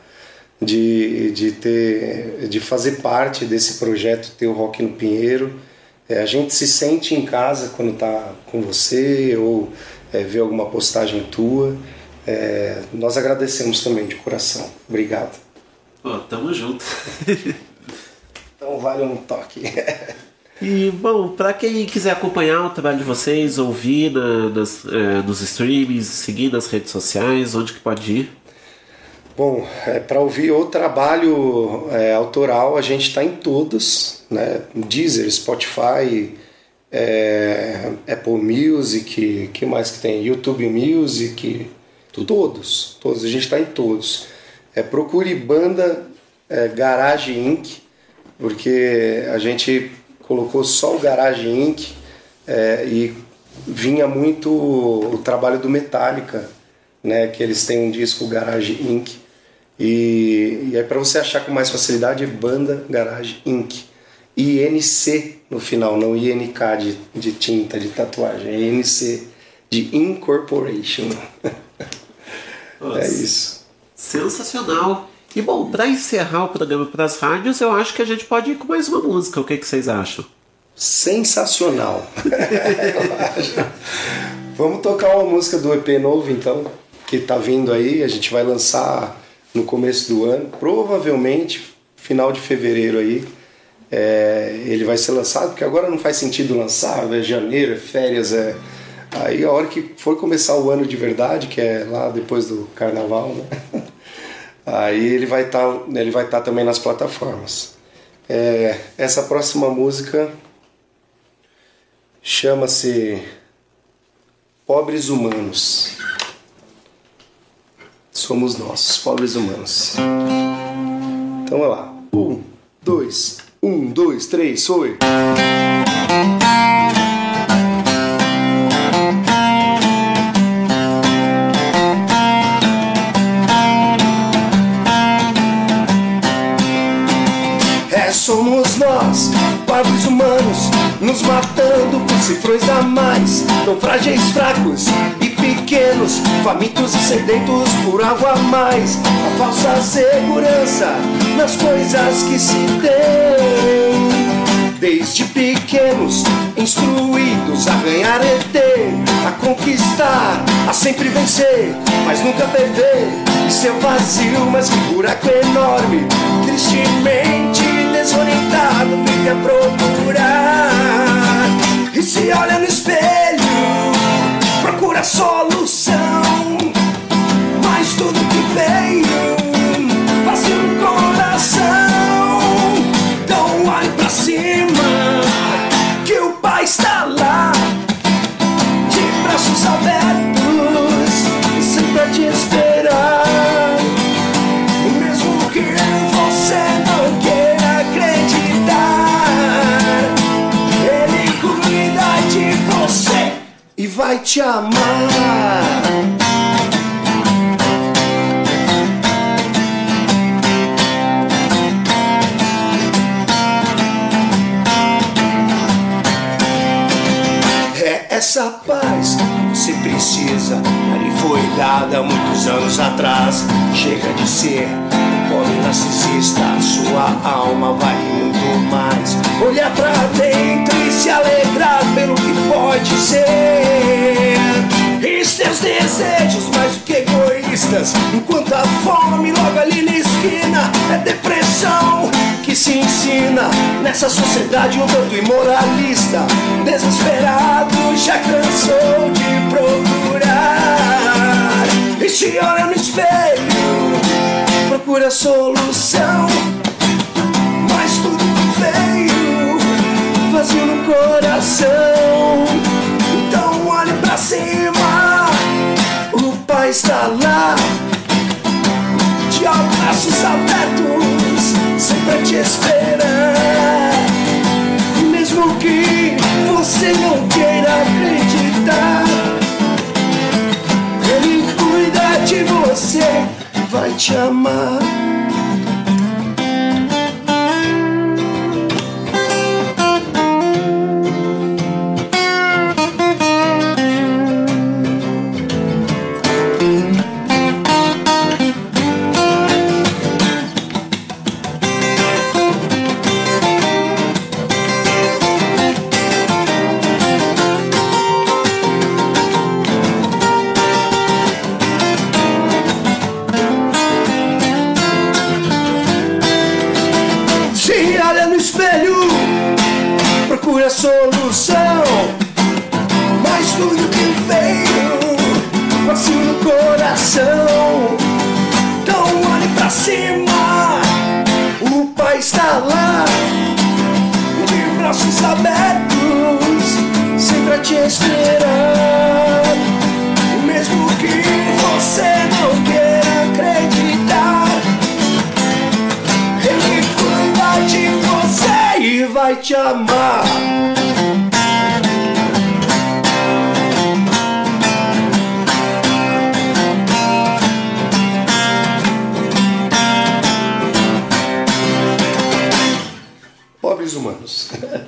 de fazer parte desse projeto Teu Rock no Pinheiro. A gente se sente em casa quando tá com você ou vê alguma postagem tua. Nós agradecemos também de coração. Obrigado. Pô, tamo junto. Então vale um toque. E, bom, para quem quiser acompanhar o trabalho de vocês, ouvir nos streamings, seguir nas redes sociais, onde que pode ir? Bom, para ouvir o trabalho autoral, a gente está em todos, né? Deezer, Spotify, Apple Music, que mais que tem? YouTube Music, todos, a gente está em todos. Procure banda Garage Inc., porque a gente colocou só o Garage Inc. E vinha muito o trabalho do Metallica, né? Que eles têm um disco Garage Inc. E aí para você achar com mais facilidade, banda Garage Inc. INC no final, não INK de tinta, de tatuagem, é INC de Incorporation. Nossa, é isso. Sensacional. E bom, para encerrar o programa para as rádios, eu acho que a gente pode ir com mais uma música. O que vocês acham? Sensacional. Vamos tocar uma música do EP novo então, que tá vindo aí. A gente vai lançar no começo do ano, provavelmente final de fevereiro aí. Ele vai ser lançado, porque agora não faz sentido lançar, é janeiro, é férias, aí a hora que for começar o ano de verdade, que é lá depois do carnaval, né? Aí ele vai estar também nas plataformas. Essa próxima música chama-se Pobres Humanos. Somos nós, pobres humanos. Então vai lá. 1, 2, 3, foi! Somos nós, pobres humanos, nos matando por cifrões a mais, tão frágeis, fracos e pequenos, famintos e sedentos por algo a mais, a falsa segurança nas coisas que se tem. Desde pequenos, instruídos a ganhar e ter, a conquistar, a sempre vencer, mas nunca perder. E seu vazio, mas que buraco enorme, tristemente desorientado, vive a procurar. E se olha no espelho, procura solução, mas tudo que veio, vazio no coração. Então olhe pra cima, que o Pai está lá, de braços abertos, sempre a te esperar. E mesmo que você não queira acreditar, Ele cuida de você e vai te amar. Essa paz você precisa, ali foi dada há muitos anos atrás. Chega de ser um pobre narcisista, sua alma vale muito mais. Olhar pra dentro e se alegrar pelo que pode ser. E seus desejos mais do que egoístas, enquanto a fome logo ali na esquina é depressão que se ensina nessa sociedade um tanto imoralista. Desesperado, já cansou de procurar. E se olha no espelho, procura solução, mas tudo que veio, vazio no coração. Então olhe pra cima, o Pai está lá, de braços abertos, sempre a te esperar. E mesmo que você não queira acreditar, Ele cuida de você, vai te amar. espelho, procure a solução. Mas tudo que veio, vazio no coração. Então olhe pra cima, o Pai está lá, de braços abertos, sempre a te esperar. E mesmo que você não queira acreditar, Ele cuida de você e vai te amar.